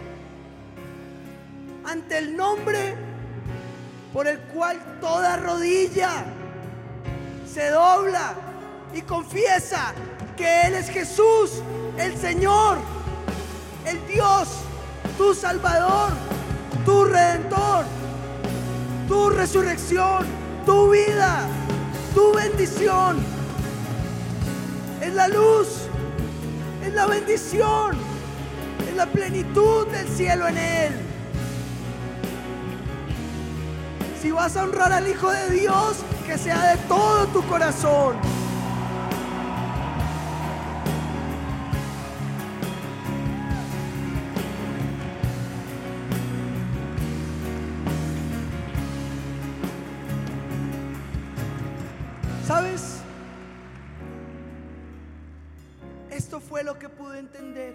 ante el nombre por el cual toda rodilla se dobla y confiesa que Él es Jesús, el Señor, el Dios, tu Salvador, tu Redentor, tu resurrección, tu vida, tu bendición. Es la luz, es la bendición, es la plenitud del cielo en Él. Si vas a honrar al Hijo de Dios, que sea de todo tu corazón. ¿Sabes? Esto fue lo que pude entender.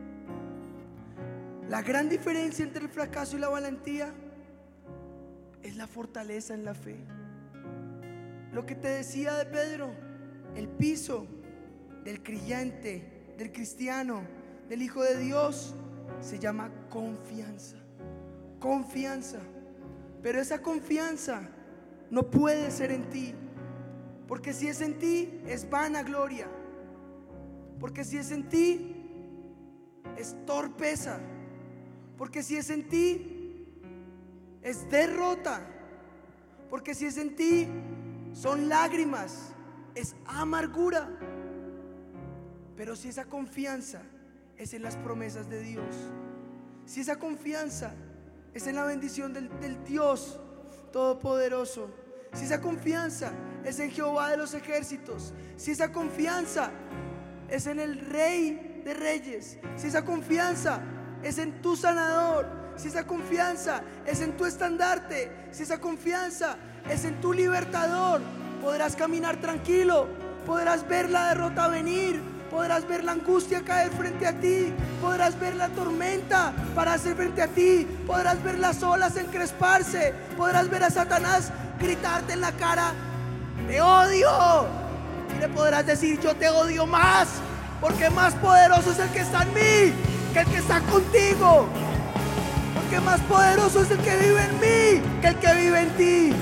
La gran diferencia entre el fracaso y la valentía es la fortaleza en la fe. Lo que te decía de Pedro, el piso del creyente, del cristiano, del Hijo de Dios, se llama confianza. Confianza. Pero esa confianza no puede ser en ti, porque si es en ti es vanagloria, porque si es en ti es torpeza, porque si es en ti es derrota, porque si es en ti son lágrimas, es amargura. Pero si esa confianza es en las promesas de Dios, si esa confianza es en la bendición del Dios Todopoderoso, si esa confianza es en Jehová de los ejércitos, si esa confianza es en el Rey de Reyes, si esa confianza es en tu sanador, si esa confianza es en tu estandarte, si esa confianza es en tu libertador, podrás caminar tranquilo, podrás ver la derrota venir, podrás ver la angustia caer frente a ti, podrás ver la tormenta pararse frente a ti, podrás ver las olas encresparse, podrás ver a Satanás gritarte en la cara: te odio. Y le podrás decir: yo te odio más, porque más poderoso es el que está en mí que el que está contigo, porque más poderoso es el que vive en mí que el que vive en ti.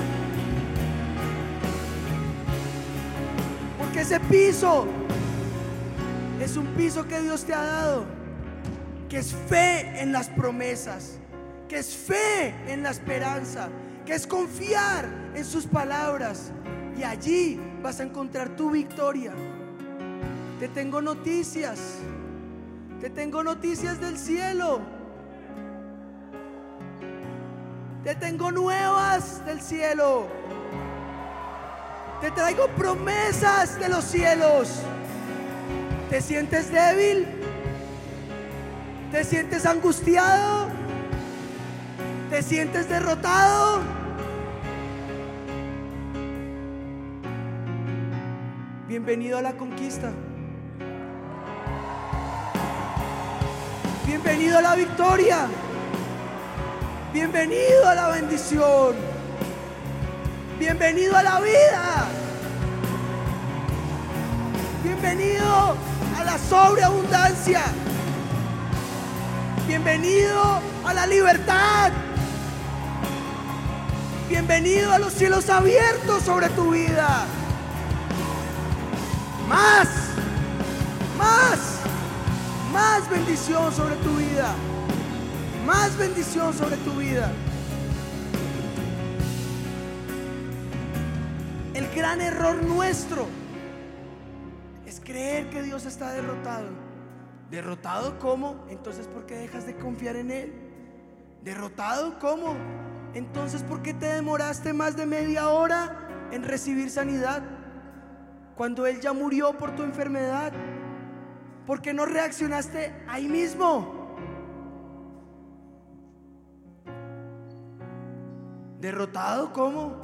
Porque ese piso es un piso que Dios te ha dado, que es fe en las promesas, que es fe en la esperanza, que es confiar en sus palabras, y allí vas a encontrar tu victoria. Te tengo noticias del cielo, te tengo nuevas del cielo, te traigo promesas de los cielos. ¿Te sientes débil? ¿Te sientes angustiado? ¿Te sientes derrotado? Bienvenido a la conquista. Bienvenido a la victoria. Bienvenido a la bendición. Bienvenido a la vida. Bienvenido a la sobreabundancia. Bienvenido a la libertad. Bienvenido a los cielos abiertos sobre tu vida. Más bendición sobre tu vida. Más bendición sobre tu vida. El gran error nuestro es creer que Dios está derrotado. ¿Derrotado cómo? Entonces, ¿por qué dejas de confiar en Él? ¿Derrotado cómo? Entonces, ¿por qué te demoraste más de media hora en recibir sanidad cuando Él ya murió por tu enfermedad? ¿Por qué no reaccionaste ahí mismo? ¿Derrotado? ¿Cómo?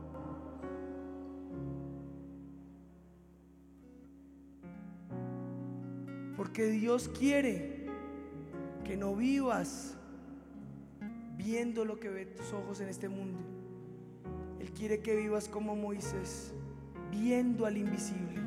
Porque Dios quiere que no vivas viendo lo que ven tus ojos en este mundo. Él quiere que vivas como Moisés, viendo al invisible,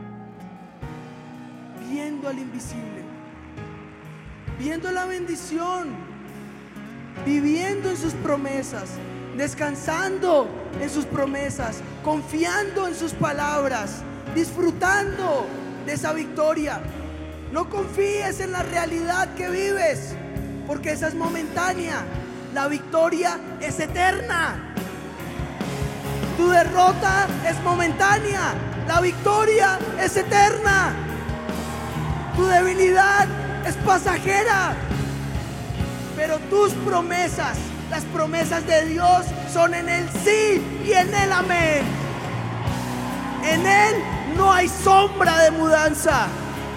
viendo al invisible, viendo la bendición, viviendo en sus promesas, descansando en sus promesas, confiando en sus palabras, disfrutando de esa victoria. No confíes en la realidad que vives, porque esa es momentánea. La victoria es eterna. Tu derrota es momentánea, la victoria es eterna. Tu debilidad es pasajera, pero tus promesas, las promesas de Dios, son en el sí y en el amén. En Él no hay sombra de mudanza.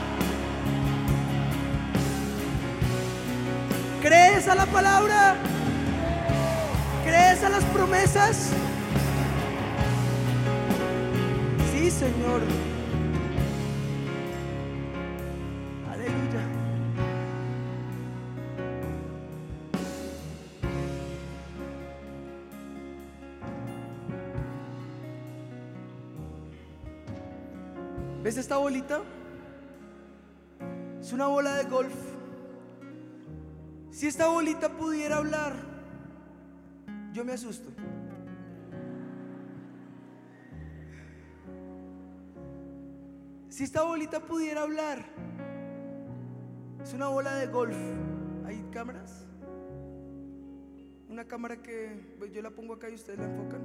¿Crees a la palabra? ¿Crees a las promesas? Sí, Señor. Aleluya. ¿Ves esta bolita? Es una bola de golf. Si esta bolita pudiera hablar, yo me asusto. Si esta bolita pudiera hablar, es una bola de golf. ¿Hay cámaras? Una cámara que pues, yo la pongo acá y ustedes la enfocan.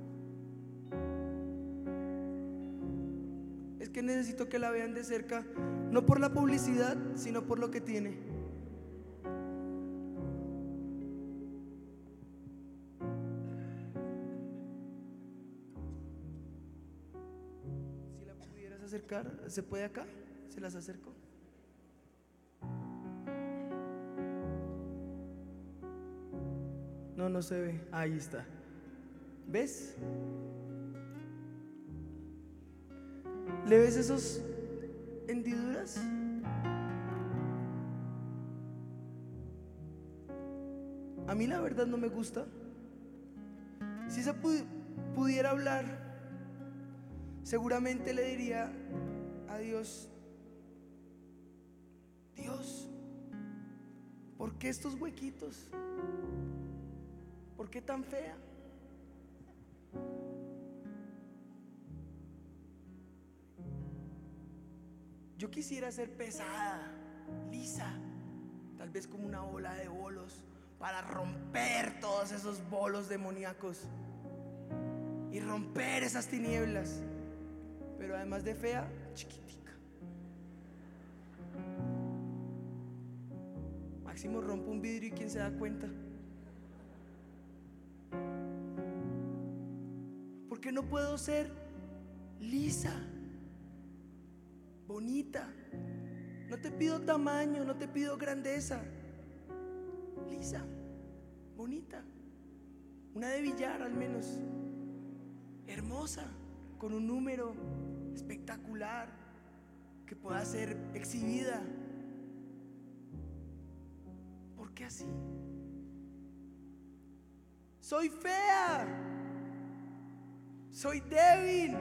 Es que necesito que la vean de cerca, no por la publicidad, sino por lo que tiene. Acercar, ¿se puede acá? ¿Se las acerco? No, no se ve. Ahí está. ¿Ves? ¿Le ves esos hendiduras? A mí la verdad no me gusta. Si esa pudiera hablar, seguramente le diría a Dios: Dios, ¿por qué estos huequitos? ¿Por qué tan fea? Yo quisiera ser pesada, lisa, tal vez como una bola de bolos, para romper todos esos bolos demoníacos y romper esas tinieblas. Pero además de fea, chiquitica. Máximo rompo un vidrio y quién se da cuenta. Porque no puedo ser lisa, bonita. No te pido tamaño, no te pido grandeza. Lisa, bonita, una de billar al menos, hermosa, con un número espectacular que pueda ser exhibida. ¿Por qué así? Soy fea, soy débil,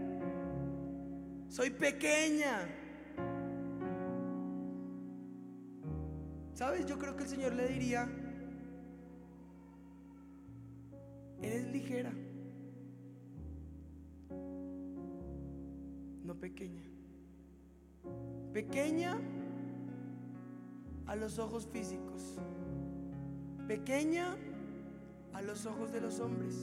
soy pequeña. ¿Sabes? Yo creo que el Señor le diría: eres ligera, no pequeña. Pequeña a los ojos físicos, pequeña a los ojos de los hombres.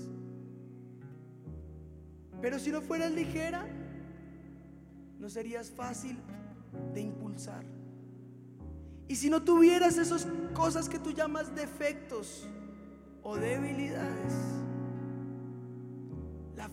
Pero si no fueras ligera, no serías fácil de impulsar. Y si no tuvieras esas cosas que tú llamas defectos o debilidades, la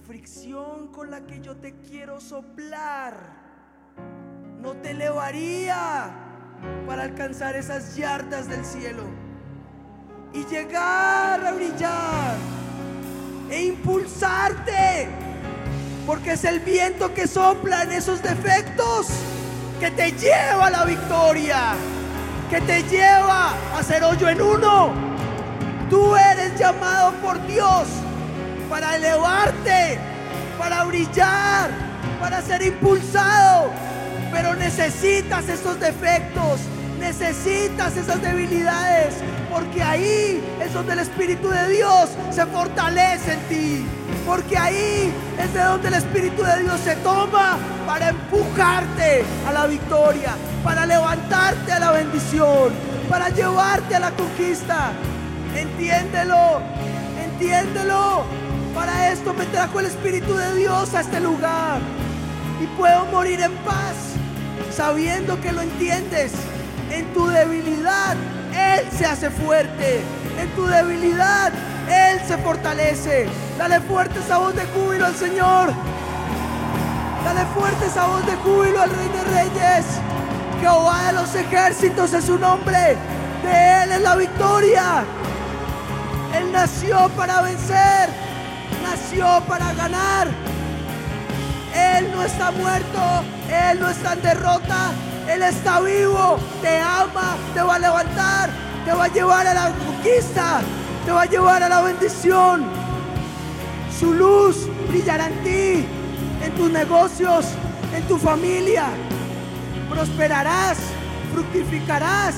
fricción con la que yo te quiero soplar no te elevaría para alcanzar esas yardas del cielo y llegar a brillar e impulsarte, porque es el viento que sopla en esos defectos que te lleva a la victoria, que te lleva a ser hoyo en uno. Tú eres llamado por Dios para elevarte, para brillar, para ser impulsado, pero necesitas esos defectos, necesitas esas debilidades, porque ahí es donde el Espíritu de Dios se fortalece en ti, porque ahí es de donde el Espíritu de Dios se toma para empujarte a la victoria, para levantarte a la bendición, para llevarte a la conquista. Entiéndelo, entiéndelo. Para esto me trajo el Espíritu de Dios a este lugar y puedo morir en paz sabiendo que lo entiendes. En tu debilidad Él se hace fuerte, en tu debilidad Él se fortalece. Dale fuerte esa voz de júbilo al Señor, dale fuerte esa voz de júbilo al Rey de Reyes. Jehová de los ejércitos es su nombre, de Él es la victoria. Él nació para vencer, nació para ganar. Él no está muerto, Él no está en derrota, Él está vivo, te ama, te va a levantar, te va a llevar a la conquista, te va a llevar a la bendición. Su luz brillará en ti, en tus negocios, en tu familia. Prosperarás, fructificarás,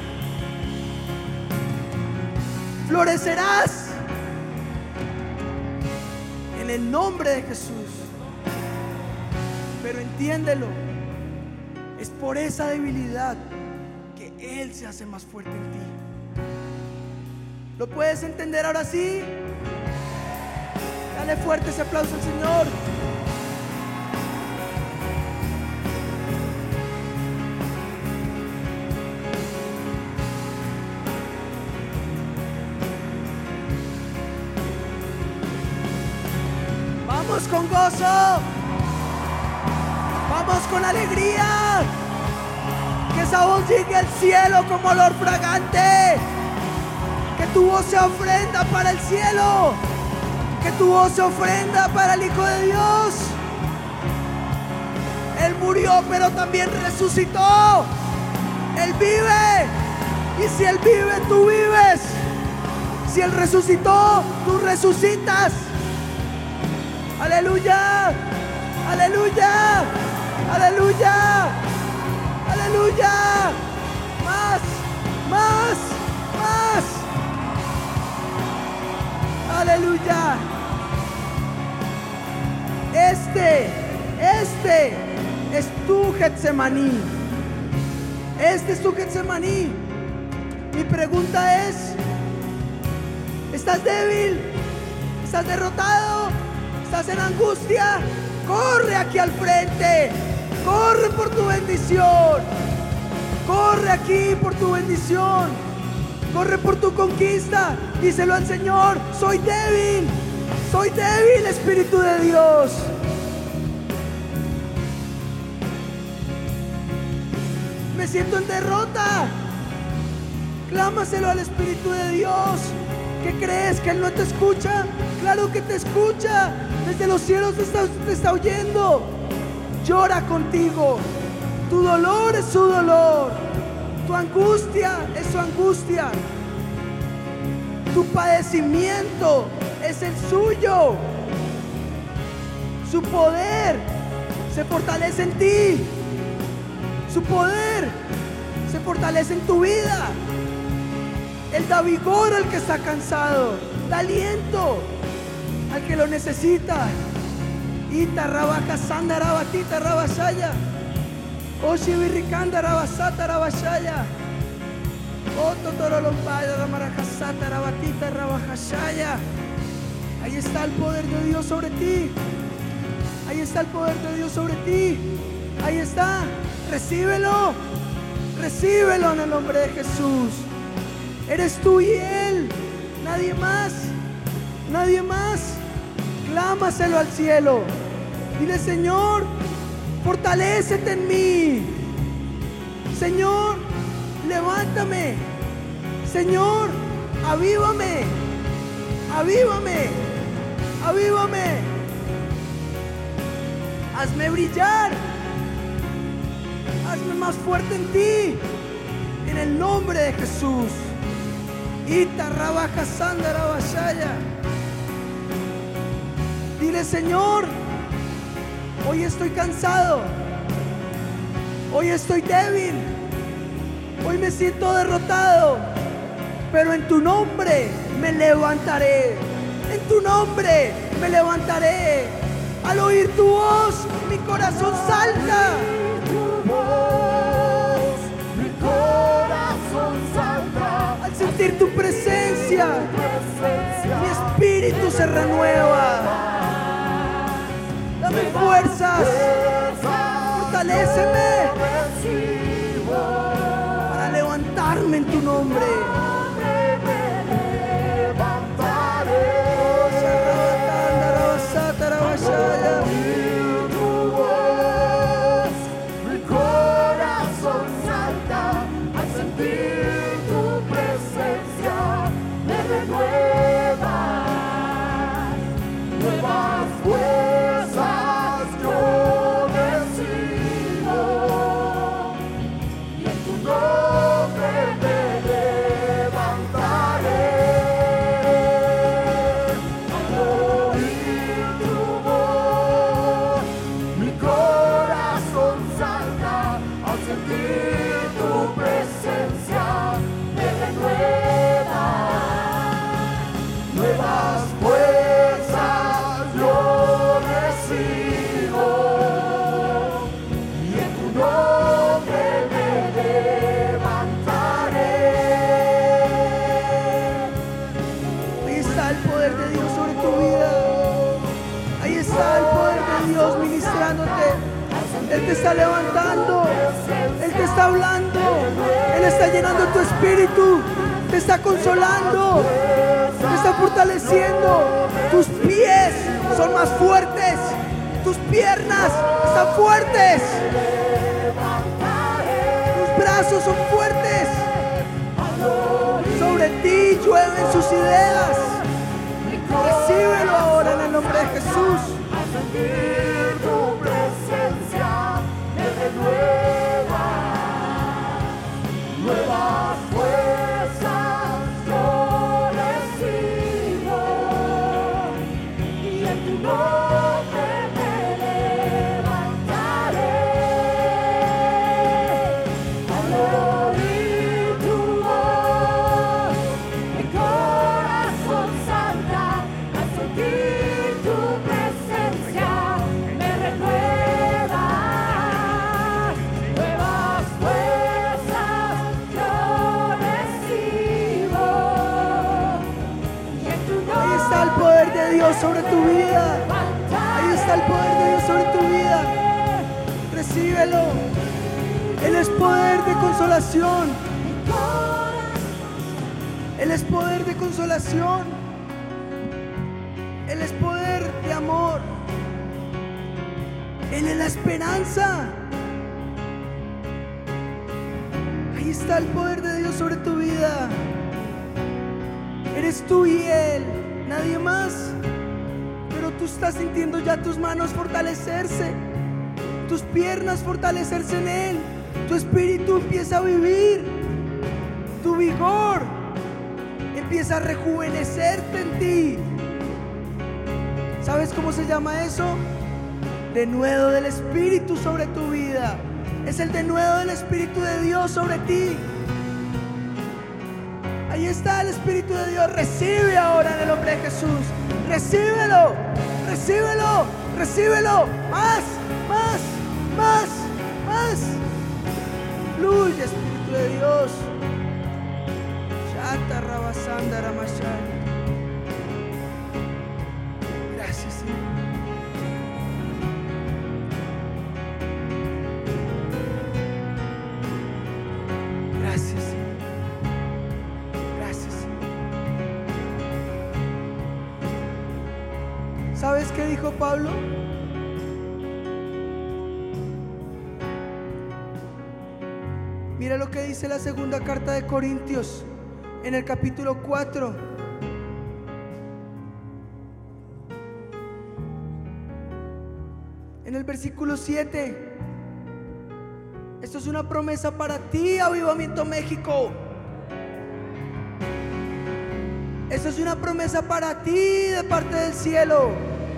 florecerás en el nombre de Jesús. Pero entiéndelo, es por esa debilidad que Él se hace más fuerte en ti. ¿Lo puedes entender ahora sí? Dale fuerte ese aplauso al Señor. Vamos con gozo. Vamos con alegría. Que esa voz llegue al cielo como olor fragante. Que tu voz sea ofrenda para el cielo. Que tu voz sea ofrenda para el Hijo de Dios. Él murió, pero también resucitó. Él vive. Y si Él vive, tú vives. Si Él resucitó, tú resucitas. Aleluya. Aleluya. Aleluya, aleluya, más, más, más, aleluya. Este es tu Getsemaní, este es tu Getsemaní. Mi pregunta es, ¿estás débil? ¿Estás derrotado? ¿Estás en angustia? Corre aquí al frente. Corre por tu bendición. Corre aquí por tu bendición. Corre por tu conquista. Díselo al Señor: soy débil, Espíritu de Dios. Me siento en derrota. Clámaselo al Espíritu de Dios. ¿Qué crees? ¿Que Él no te escucha? Claro que te escucha. Desde los cielos te está oyendo. Llora contigo. Tu dolor es su dolor. Tu angustia es su angustia. Tu padecimiento es el suyo. Su poder se fortalece en ti. Su poder se fortalece en tu vida. Él da vigor al que está cansado, da aliento al que lo necesita. Ita rabaja sanda rabatita rabashaya. Oshi birricanda rabasata rabashaya. Oto torolompaya ramarajasata rabatita rabajashaya. Ahí está el poder de Dios sobre ti. Ahí está el poder de Dios sobre ti. Ahí está. Recíbelo. Recíbelo en el nombre de Jesús. Eres tú y Él. Nadie más. Nadie más. Clámaselo al cielo. Dile: Señor, fortalécete en mí. Señor, levántame. Señor, avívame. Avívame. Avívame. Hazme brillar. Hazme más fuerte en ti. En el nombre de Jesús. Ita rabaja sandara basaya. Dile: Señor, hoy estoy cansado. Hoy estoy débil. Hoy me siento derrotado. Pero en tu nombre me levantaré. En tu nombre me levantaré. Al oír tu voz, mi corazón salta. Mi corazón salta. Al sentir tu presencia, mi espíritu se renueva. Dame fuerzas. Fortaléceme para levantarme en tu nombre. Mi corazón salta al sentir tu presencia. Me renuevas, nuevas fuerzas yo recibo, y en tu nombre me levantaré. Al oír tu voz, mi corazón salta al sentir tu presencia. Me renuevas, nuevas fuerzas yo recibo, y en tu nombre me levantaré. Ahí está el poder de Dios sobre tu vida. Ahí está el poder de Dios ministrándote. Él te está levantando. Él te está hablando. Él está llenando tu espíritu. Te está consolando. Te está fortaleciendo. Tus pies son más fuertes. Tus piernas están fuertes. Tus brazos son fuertes. Sobre ti llueven sus ideas. Recíbelo ahora en el nombre de Jesús. Al sentir tu presencia me renuevas, nuevas fuerzas yo recibo, y en tu nombre me levantaré. Al oír tu voz, mi corazón salta al sentir tu presencia. Me renuevas, nuevas fuerzas yo recibo, y en tu Ahí está el poder de Dios sobre tu vida. Ahí está el poder de Dios sobre tu vida. Recíbelo. Él es poder de consolación. Él es poder de consolación. Él es poder de amor. Él es la esperanza. Ahí está el poder de Dios sobre tu vida. Eres tú y Él, nadie más. Pero tú estás sintiendo ya tus manos fortalecerse, tus piernas fortalecerse en Él. Tu espíritu empieza a vivir. Tu vigor empieza a rejuvenecerte en ti. ¿Sabes cómo se llama eso? Denuedo del Espíritu sobre tu vida. Es el denuedo del Espíritu de Dios sobre ti. Ahí está el Espíritu de Dios. Recibe ahora en el nombre de Jesús. Recíbelo, recíbelo, recíbelo. Más, más, más, más. Fluye, Espíritu de Dios. Shata rabasanda ramashaya. Gracias, Señor. Gracias, Señor. Gracias, Señor. ¿Sabes qué dijo Pablo? Mira lo que dice la segunda carta de Corintios en el capítulo 4. En el versículo 7. Esto es una promesa para ti, Avivamiento México. Esto es una promesa para ti de parte del cielo.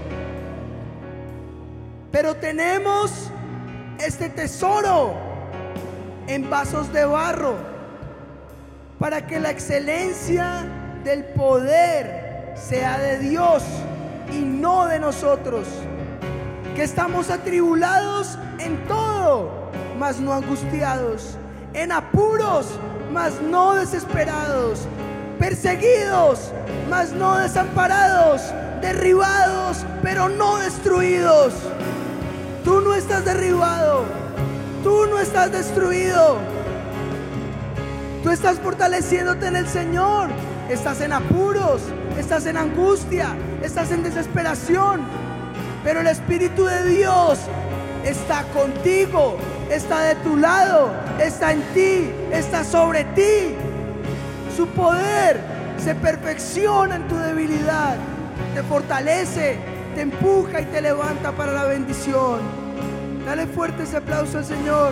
Pero tenemos este tesoro en vasos de barro, para que la excelencia del poder sea de Dios y no de nosotros, que estamos atribulados en todo, mas no angustiados, en apuros, mas no desesperados, perseguidos, mas no desamparados, derribados, pero no destruidos. Tú no estás derribado, tú no estás destruido. Tú estás fortaleciéndote en el Señor. Estás en apuros, estás en angustia, estás en desesperación, pero el Espíritu de Dios está contigo, está de tu lado, está en ti, está sobre ti. Su poder se perfecciona en tu debilidad, te fortalece, te empuja y te levanta para la bendición. Dale fuerte ese aplauso al Señor.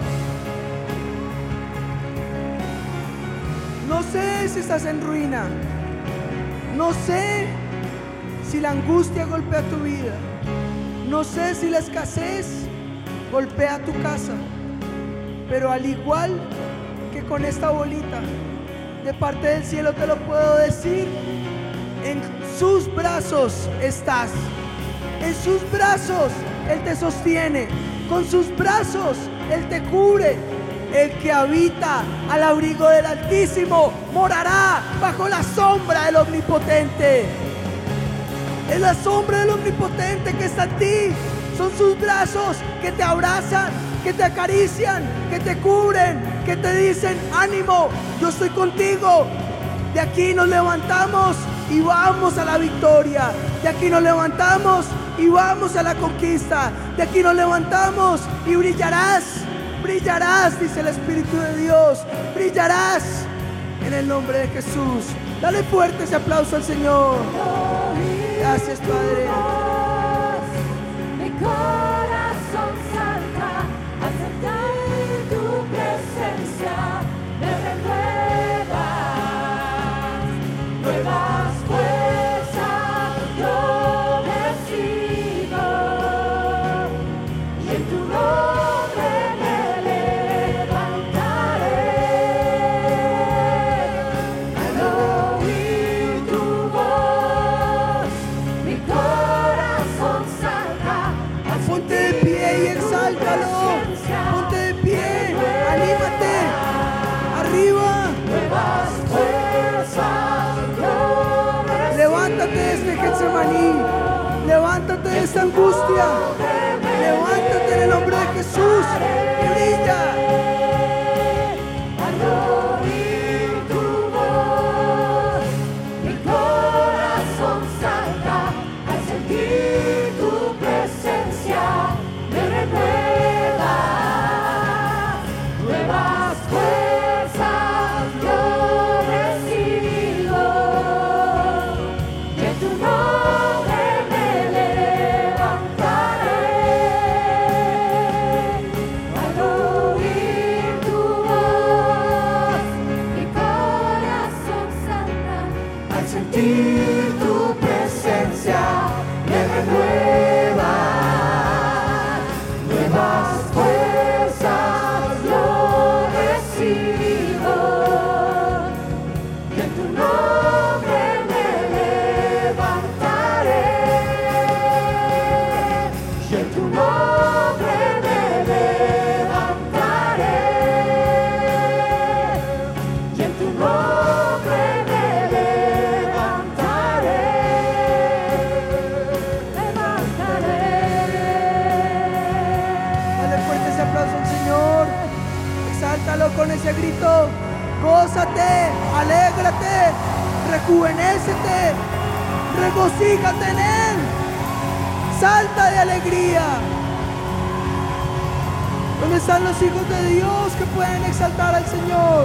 No sé si estás en ruina, no sé si la angustia golpea tu vida, no sé si la escasez golpea tu casa, pero al igual que con esta bolita, de parte del cielo te lo puedo decir: en sus brazos estás, en sus brazos Él te sostiene, con sus brazos Él te cubre. El que habita al abrigo del Altísimo morará bajo la sombra del Omnipotente. Es la sombra del Omnipotente que está en ti. Son sus brazos que te abrazan, que te acarician, que te cubren, que te dicen: ánimo, yo estoy contigo. De aquí nos levantamos y vamos a la victoria. De aquí nos levantamos y vamos a la conquista. De aquí nos levantamos y brillarás. Brillarás, dice el Espíritu de Dios. Brillarás en el nombre de Jesús. Dale fuerte ese aplauso al Señor. Gracias, Padre. Mi corazón salta al sentir tu presencia. Me renuevas, nuevas fuerzas yo recibo, y en tu nombre me levantaré. Al oír tu voz, mi corazón salta. Ponte de pie y exáltalo. Ponte de pie, anímate. Arriba. Nuevas fuerzas yo recibo. Levántate de este Getsemaní. Levántate de esta angustia. Levántate en el nombre de Jesús. Y brilla. Al oír tu voz, mi corazón salta. Al sentir tu presencia, me renueva. Nuevas fuerzas yo recibo, y en tu nombre me levantaré. Al oír tu voz, mi corazón salta. Al sentir tu presencia, me renueva. Nuevas fuerzas yo recibo, y en tu nombre me levantaré. Y en tu nombre me levantaré. Y en tu nombre me levantaré. Dale fuerte ese aplauso al Señor. Exáltalo con ese grito. Gózate, alégrate, rejuvenécete, regocíjate en Él. salta de alegría. ¿Dónde están los hijos de Dios que pueden exaltar al Señor?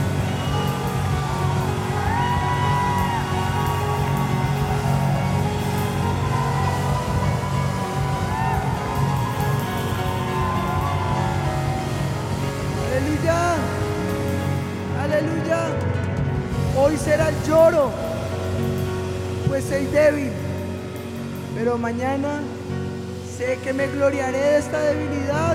Aleluya, aleluya. Hoy será el lloro, pues soy débil, pero mañana sé que me gloriaré de esta debilidad.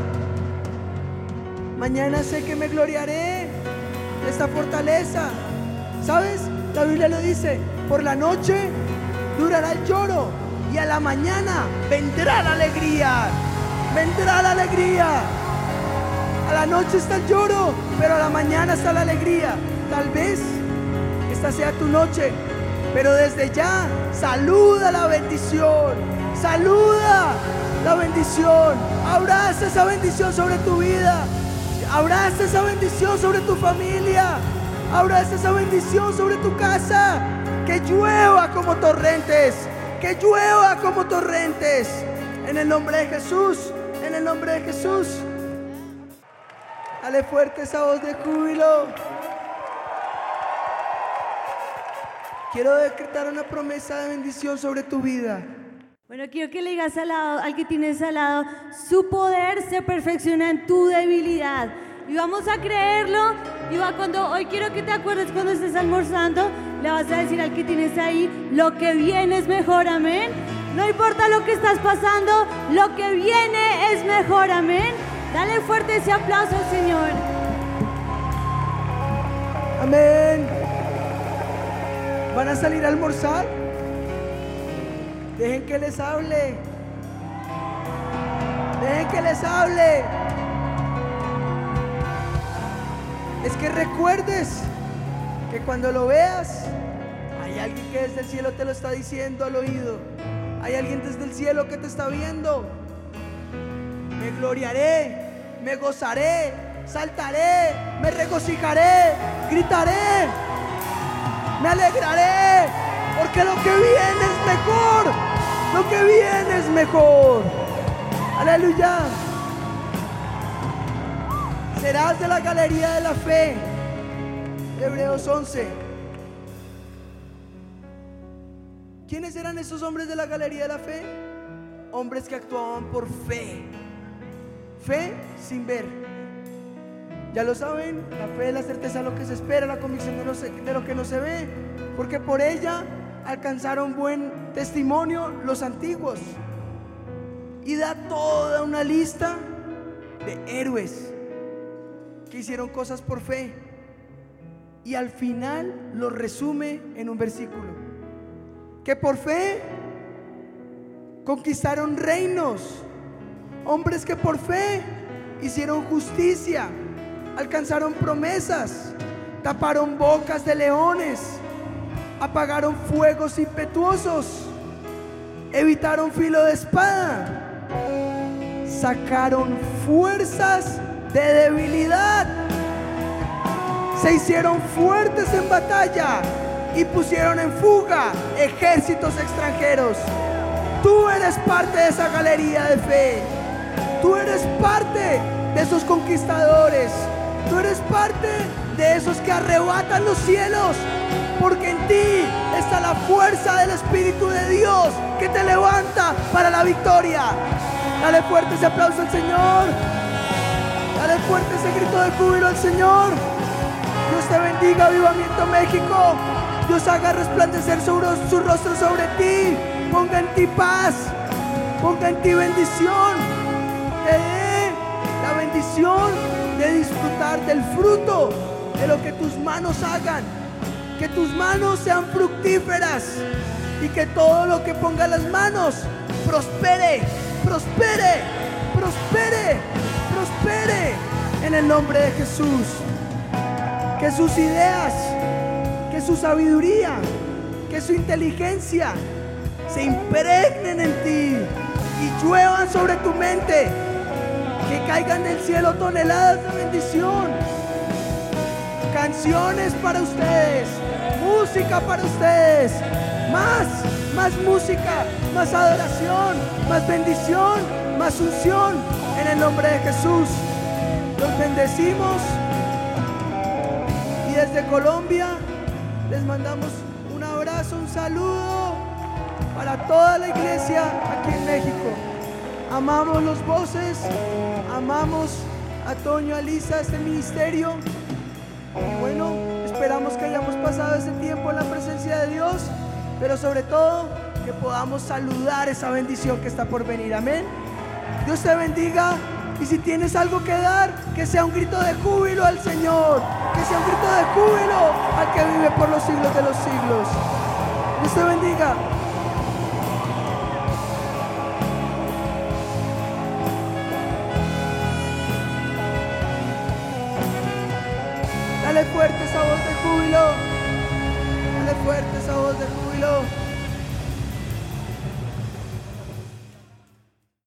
Mañana sé que me gloriaré de esta fortaleza. ¿Sabes? La Biblia lo dice: por la noche durará el lloro y a la mañana vendrá la alegría. Vendrá la alegría. A la noche está el lloro, pero a la mañana está la alegría. Tal vez esta sea tu noche, pero desde ya saluda la bendición. Saluda la bendición. Abraza esa bendición sobre tu vida. Abraza esa bendición sobre tu familia. Abraza esa bendición sobre tu casa. Que llueva como torrentes. Que llueva como torrentes. En el nombre de Jesús. En el nombre de Jesús. Dale fuerte esa voz de júbilo. Quiero decretar una promesa de bendición sobre tu vida. Bueno, quiero que le digas al que tienes al lado: su poder se perfecciona en tu debilidad. Y vamos a creerlo. Y hoy quiero que te acuerdes, cuando estés almorzando, le vas a decir al que tienes ahí: lo que viene es mejor, amén. No importa lo que estás pasando, lo que viene es mejor, amén. Dale fuerte ese aplauso al Señor. Amén. ¿Van a salir a almorzar? Dejen que les hable. Dejen que les hable. Es que recuerdes que cuando lo veas, hay alguien que desde el cielo te lo está diciendo al oído. Hay alguien desde el cielo que te está viendo. Me gloriaré, me gozaré, saltaré, me regocijaré, gritaré, me alegraré, porque lo que viene es mejor. Lo que viene es mejor. Aleluya. Serás de la galería de la fe. Hebreos 11. ¿Quiénes eran esos hombres de la galería de la fe? Hombres que actuaban por fe. Fe sin ver. Ya lo saben, la fe es la certeza de lo que se espera, la convicción de lo que no se ve, porque por ella alcanzaron buen testimonio los antiguos. Y da toda una lista de héroes que hicieron cosas por fe, y al final lo resume en un versículo: que por fe conquistaron reinos. Hombres que por fe hicieron justicia, alcanzaron promesas, taparon bocas de leones, apagaron fuegos impetuosos, evitaron filo de espada, sacaron fuerzas de debilidad, se hicieron fuertes en batalla y pusieron en fuga ejércitos extranjeros. Tú eres parte de esa galería de fe. Tú eres parte de esos conquistadores. Tú eres parte de esos que arrebatan los cielos, porque en ti está la fuerza del Espíritu de Dios que te levanta para la victoria. Dale fuerte ese aplauso al Señor. Dale fuerte ese grito de júbilo al Señor. Dios te bendiga, Avivamiento México. Dios haga resplandecer su rostro sobre ti. Ponga en ti paz. Ponga en ti bendición. Te dé la bendición de disfrutar del fruto de lo que tus manos hagan. Que tus manos sean fructíferas y que todo lo que ponga las manos prospere, prospere, prospere, prospere en el nombre de Jesús. Que sus ideas, que su sabiduría, que su inteligencia se impregnen en ti y lluevan sobre tu mente. Que caigan del cielo toneladas de bendición. Canciones para ustedes, música para ustedes, más más música, más adoración, más bendición, más unción en el nombre de Jesús. Los bendecimos y desde Colombia les mandamos un abrazo, un saludo para toda la iglesia aquí en México. Amamos los voces, amamos a Toño, a Lisa, este ministerio. Y bueno, esperamos que hayamos pasado ese tiempo en la presencia de Dios, pero sobre todo que podamos saludar esa bendición que está por venir. Amén. Dios te bendiga. Y si tienes algo que dar, que sea un grito de júbilo al Señor, que sea un grito de júbilo al que vive por los siglos de los siglos. Dios te bendiga. Dale fuerte esa voz de júbilo. Dale fuerte esa voz de júbilo.